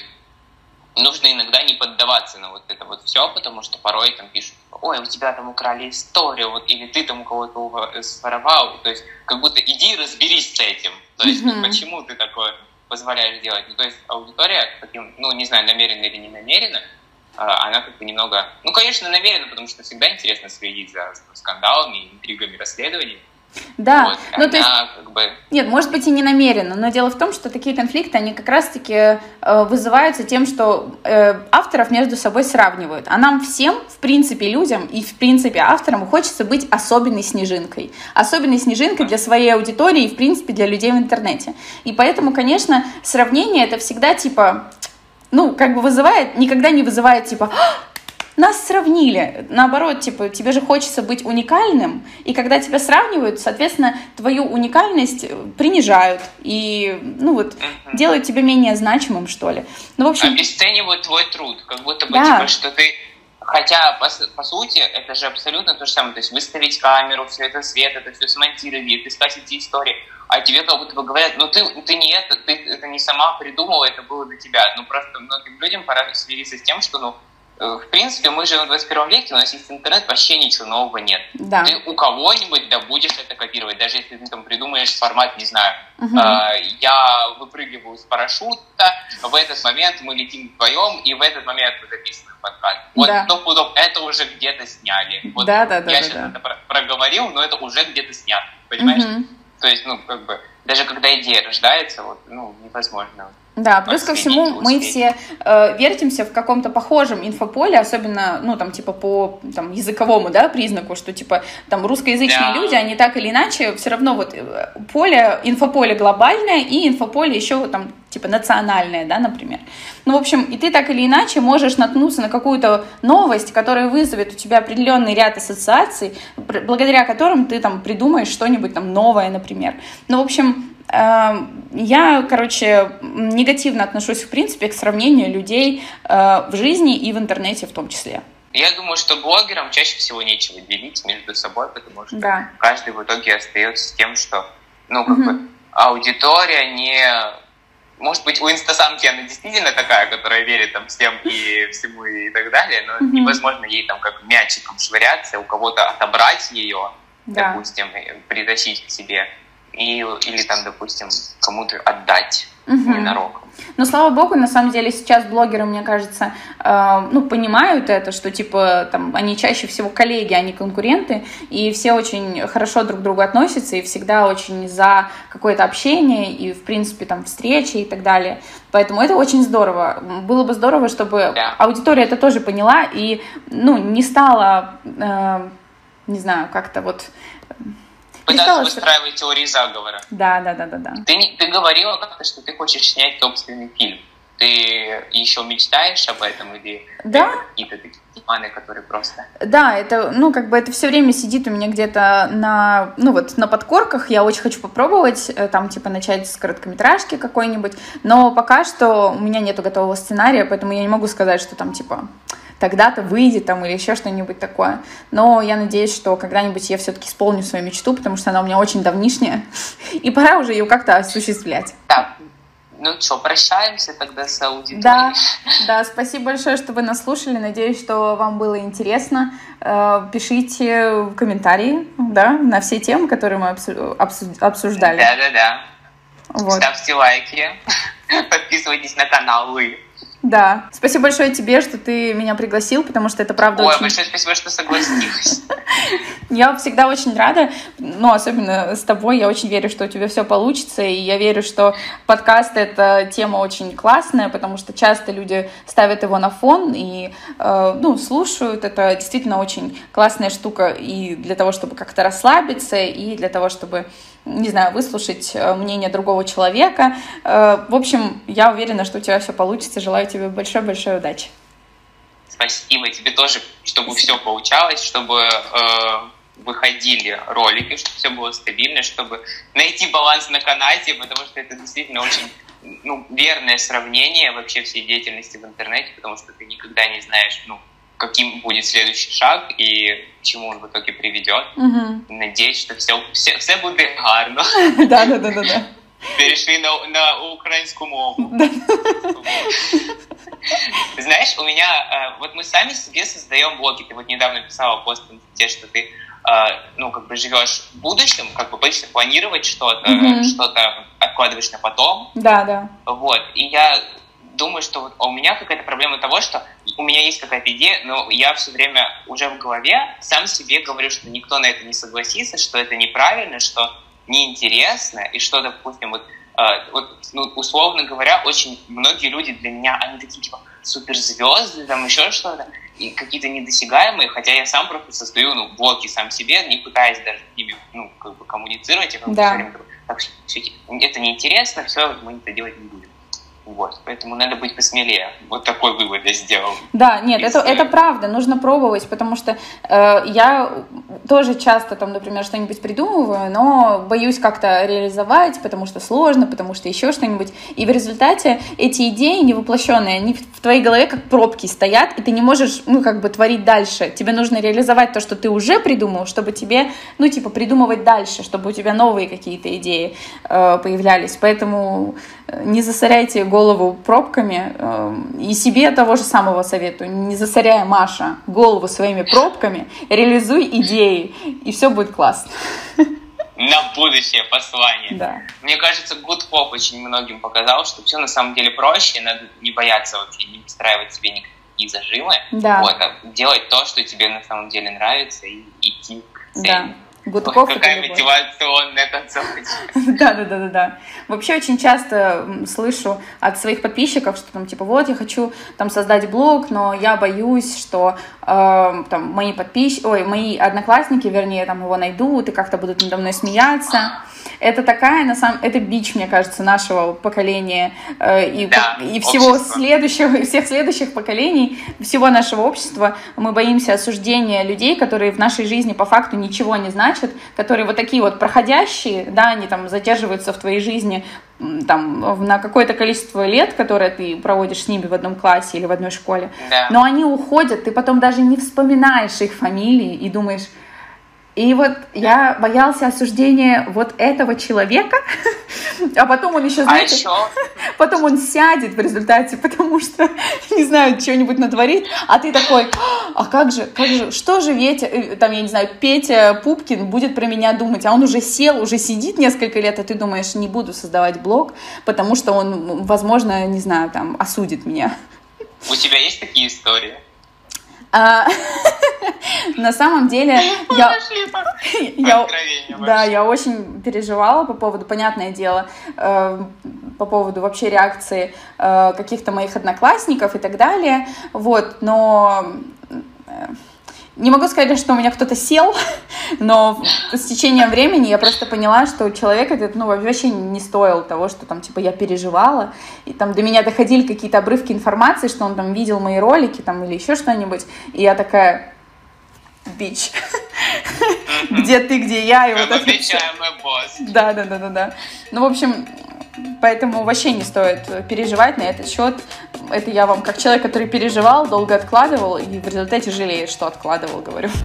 нужно иногда не поддаваться на вот это вот все, потому что порой там пишут, ой, у тебя там украли историю, вот, или ты там у кого-то своровал. То есть как будто иди разберись с этим. То есть почему ты такое позволяешь делать? Ну, то есть аудитория таким, ну, не знаю, намеренно или не намеренно, она как бы немного... Ну, конечно, намеренно, потому что всегда интересно следить за скандалами, интригами, расследованиями. Да, вот, ну то есть, как бы... Нет, может быть и не намеренно, но дело в том, что такие конфликты, они как раз-таки вызываются тем, что авторов между собой сравнивают. А нам всем, в принципе, людям и, в принципе, авторам хочется быть особенной снежинкой. Особенной снежинкой для своей аудитории и, в принципе, для людей в интернете. И поэтому, конечно, сравнение это всегда, типа, ну, как бы вызывает, никогда не вызывает, типа... нас сравнили. Наоборот, типа, тебе же хочется быть уникальным, и когда тебя сравнивают, соответственно, твою уникальность принижают и, ну вот, делают тебя менее значимым, что ли. Ну, в общем... Обесценивают твой труд, как будто бы, да. типа, что ты... Хотя, по сути, это же абсолютно то же самое. То есть выставить камеру, все это свет, это все смонтировать, пересказать эти истории. А тебе как будто бы говорят, ну ты не это, ты это не сама придумала, это было до тебя. Ну просто многим людям пора смириться с тем, что, ну, в принципе, мы живем в 21 веке, у нас есть интернет, вообще ничего нового нет. Да. Ты у кого-нибудь будешь это копировать, даже если ты там придумаешь формат, не знаю, я выпрыгиваю с парашюта, в этот момент мы летим вдвоем, и в этот момент мы записываем подкаст. Вот стопудов, это уже где-то сняли. Вот я сейчас это проговорил, но это уже где-то снято, понимаешь? То есть, ну, как бы, даже когда идея рождается, вот, ну, невозможно. Да, плюс ко всему мы все вертимся в каком-то похожем инфополе, особенно, ну, там, типа, по там, языковому, да, признаку, что, типа, там, русскоязычные люди, они так или иначе все равно вот инфополе глобальное и инфополе еще, там, типа, национальное, да, например. Ну, в общем, и ты так или иначе можешь наткнуться на какую-то новость, которая вызовет у тебя определенный ряд ассоциаций, благодаря которым ты, там, придумаешь что-нибудь, там, новое, например. Ну, в общем... Я, короче, негативно отношусь, в принципе, к сравнению людей в жизни и в интернете в том числе. Я думаю, что блогерам чаще всего нечего делить между собой, потому что каждый в итоге остается с тем, что, ну, как бы, аудитория не... Может быть, у инстасамки она действительно такая, которая верит там всем и всему и так далее, но невозможно ей там как мячиком швыряться, у кого-то отобрать ее, допустим, притащить к себе. Или там, допустим, кому-то отдать ненароком. Но, слава богу, на самом деле сейчас блогеры, мне кажется, ну, понимают это, что, типа, там, они чаще всего коллеги, а не конкуренты, и все очень хорошо друг к другу относятся, и всегда очень за какое-то общение, и, в принципе, там, встречи и так далее. Поэтому это очень здорово. Было бы здорово, чтобы аудитория это тоже поняла и, ну, не стала, не знаю, как-то вот... Пытаться выстраивать теории заговора. Да. Ты говорила как-то, что ты хочешь снять собственный фильм. Ты еще мечтаешь об этом или какие-то такие планы, которые просто... Да, это, ну, как бы это все время сидит у меня где-то на, ну, вот на подкорках. Я очень хочу попробовать, там, типа, начать с короткометражки какой-нибудь, но пока что у меня нету готового сценария, поэтому я не могу сказать, что там, типа... тогда-то выйдет там или еще что-нибудь такое. Но я надеюсь, что когда-нибудь я все-таки исполню свою мечту, потому что она у меня очень давнишняя, и пора уже ее как-то осуществлять. Да. Ну что, прощаемся тогда с аудиторией. Да, спасибо большое, что вы нас слушали. Надеюсь, что вам было интересно. Пишите комментарии, да, на все темы, которые мы обсуждали. Да. Вот. Ставьте лайки, подписывайтесь на каналы. Да. Спасибо большое тебе, что ты меня пригласил, потому что это правда очень... большое спасибо, что согласилась. Я всегда очень рада, ну, особенно с тобой, я очень верю, что у тебя все получится, и я верю, что подкаст — это тема очень классная, потому что часто люди ставят его на фон и, ну, слушают. Это действительно очень классная штука и для того, чтобы как-то расслабиться, и для того, чтобы, не знаю, выслушать мнение другого человека. В общем, я уверена, что у тебя все получится. Желаю тебе большой-большой удачи. Спасибо тебе тоже, чтобы все получалось, чтобы выходили ролики, чтобы все было стабильно, чтобы найти баланс на канате, потому что это действительно очень, ну, верное сравнение вообще всей деятельности в интернете, потому что ты никогда не знаешь, ну, каким будет следующий шаг и к чему он в итоге приведет. Надеюсь, что все буде гарно. Да. Перешли на украинскую мову. Знаешь, у меня, вот мы сами себе создаем блоги. Ты вот недавно писала пост в Инстаграме, что ты, ну, как бы живешь в будущем, как бы боишься планировать что-то, что-то откладываешь на потом. Да. Вот, и я думаю, что вот у меня какая-то проблема того, что у меня есть какая-то идея, но я все время уже в голове сам себе говорю, что никто на это не согласится, что это неправильно, что неинтересно, и что, допустим, ну, условно говоря, очень многие люди для меня, они такие, типа, суперзвезды, там еще что-то, и какие-то недосягаемые, хотя я сам просто создаю, ну, блоги сам себе, не пытаясь даже с ними, ну, как бы коммуницировать, я как бы все время говорю, так, все, это неинтересно, все, мы это делать не будем. Вот, поэтому надо быть посмелее. Вот такой вывод я сделал. Да, нет, это правда, нужно пробовать, потому что я тоже часто там, например, что-нибудь придумываю, но боюсь как-то реализовать, потому что сложно, потому что еще что-нибудь. И в результате эти идеи невоплощенные, они в твоей голове как пробки стоят, и ты не можешь, творить дальше. Тебе нужно реализовать то, что ты уже придумал, чтобы тебе, придумывать дальше, чтобы у тебя новые какие-то идеи появлялись. Поэтому не засоряйте голову пробками, и себе того же самого советую, не засоряя, Маша, голову своими пробками, реализуй идеи, и все будет классно. На будущее послание. Да. Мне кажется, Good Pop очень многим показал, что все на самом деле проще, надо не бояться вообще, не устраивать себе никакие зажимы, да. А делать то, что тебе на самом деле нравится, и идти к цели. Да. Гудков, какая мотивационная концовочка. Да. Вообще очень часто слышу от своих подписчиков, что я хочу создать блог, но я боюсь, что мои одноклассники, его найдут и как-то будут надо мной смеяться. Это это бич, мне кажется, нашего поколения и всего всех следующих поколений, всего нашего общества. Мы боимся осуждения людей, которые в нашей жизни по факту ничего не значат, которые вот такие вот проходящие, да, они задерживаются в твоей жизни на какое-то количество лет, которое ты проводишь с ними в одном классе или в одной школе, да. Но они уходят, ты потом даже не вспоминаешь их фамилии и думаешь, и вот я боялся осуждения вот этого человека, а потом он еще, знаете, потом он сядет в результате, потому что, не знаю, что-нибудь натворит, а ты такой, а как же, что же Петя Пупкин будет про меня думать, а он уже сел, уже сидит несколько лет, а ты думаешь, не буду создавать блог, потому что он, возможно, не знаю, осудит меня. У тебя есть такие истории? На самом деле я очень переживала по поводу, понятное дело, по поводу вообще реакции каких-то моих одноклассников и так далее, но не могу сказать, что у меня кто-то сел, но с течением времени я просто поняла, что человек этот, вообще не стоил того, что я переживала, и до меня доходили какие-то обрывки информации, что он видел мои ролики или еще что-нибудь, и я такая, бич, где ты, где я, и вот это все. Да. В общем, поэтому вообще не стоит переживать на этот счет. Это я вам, как человек, который переживал, долго откладывал, и в результате жалеет, что откладывал, говорю.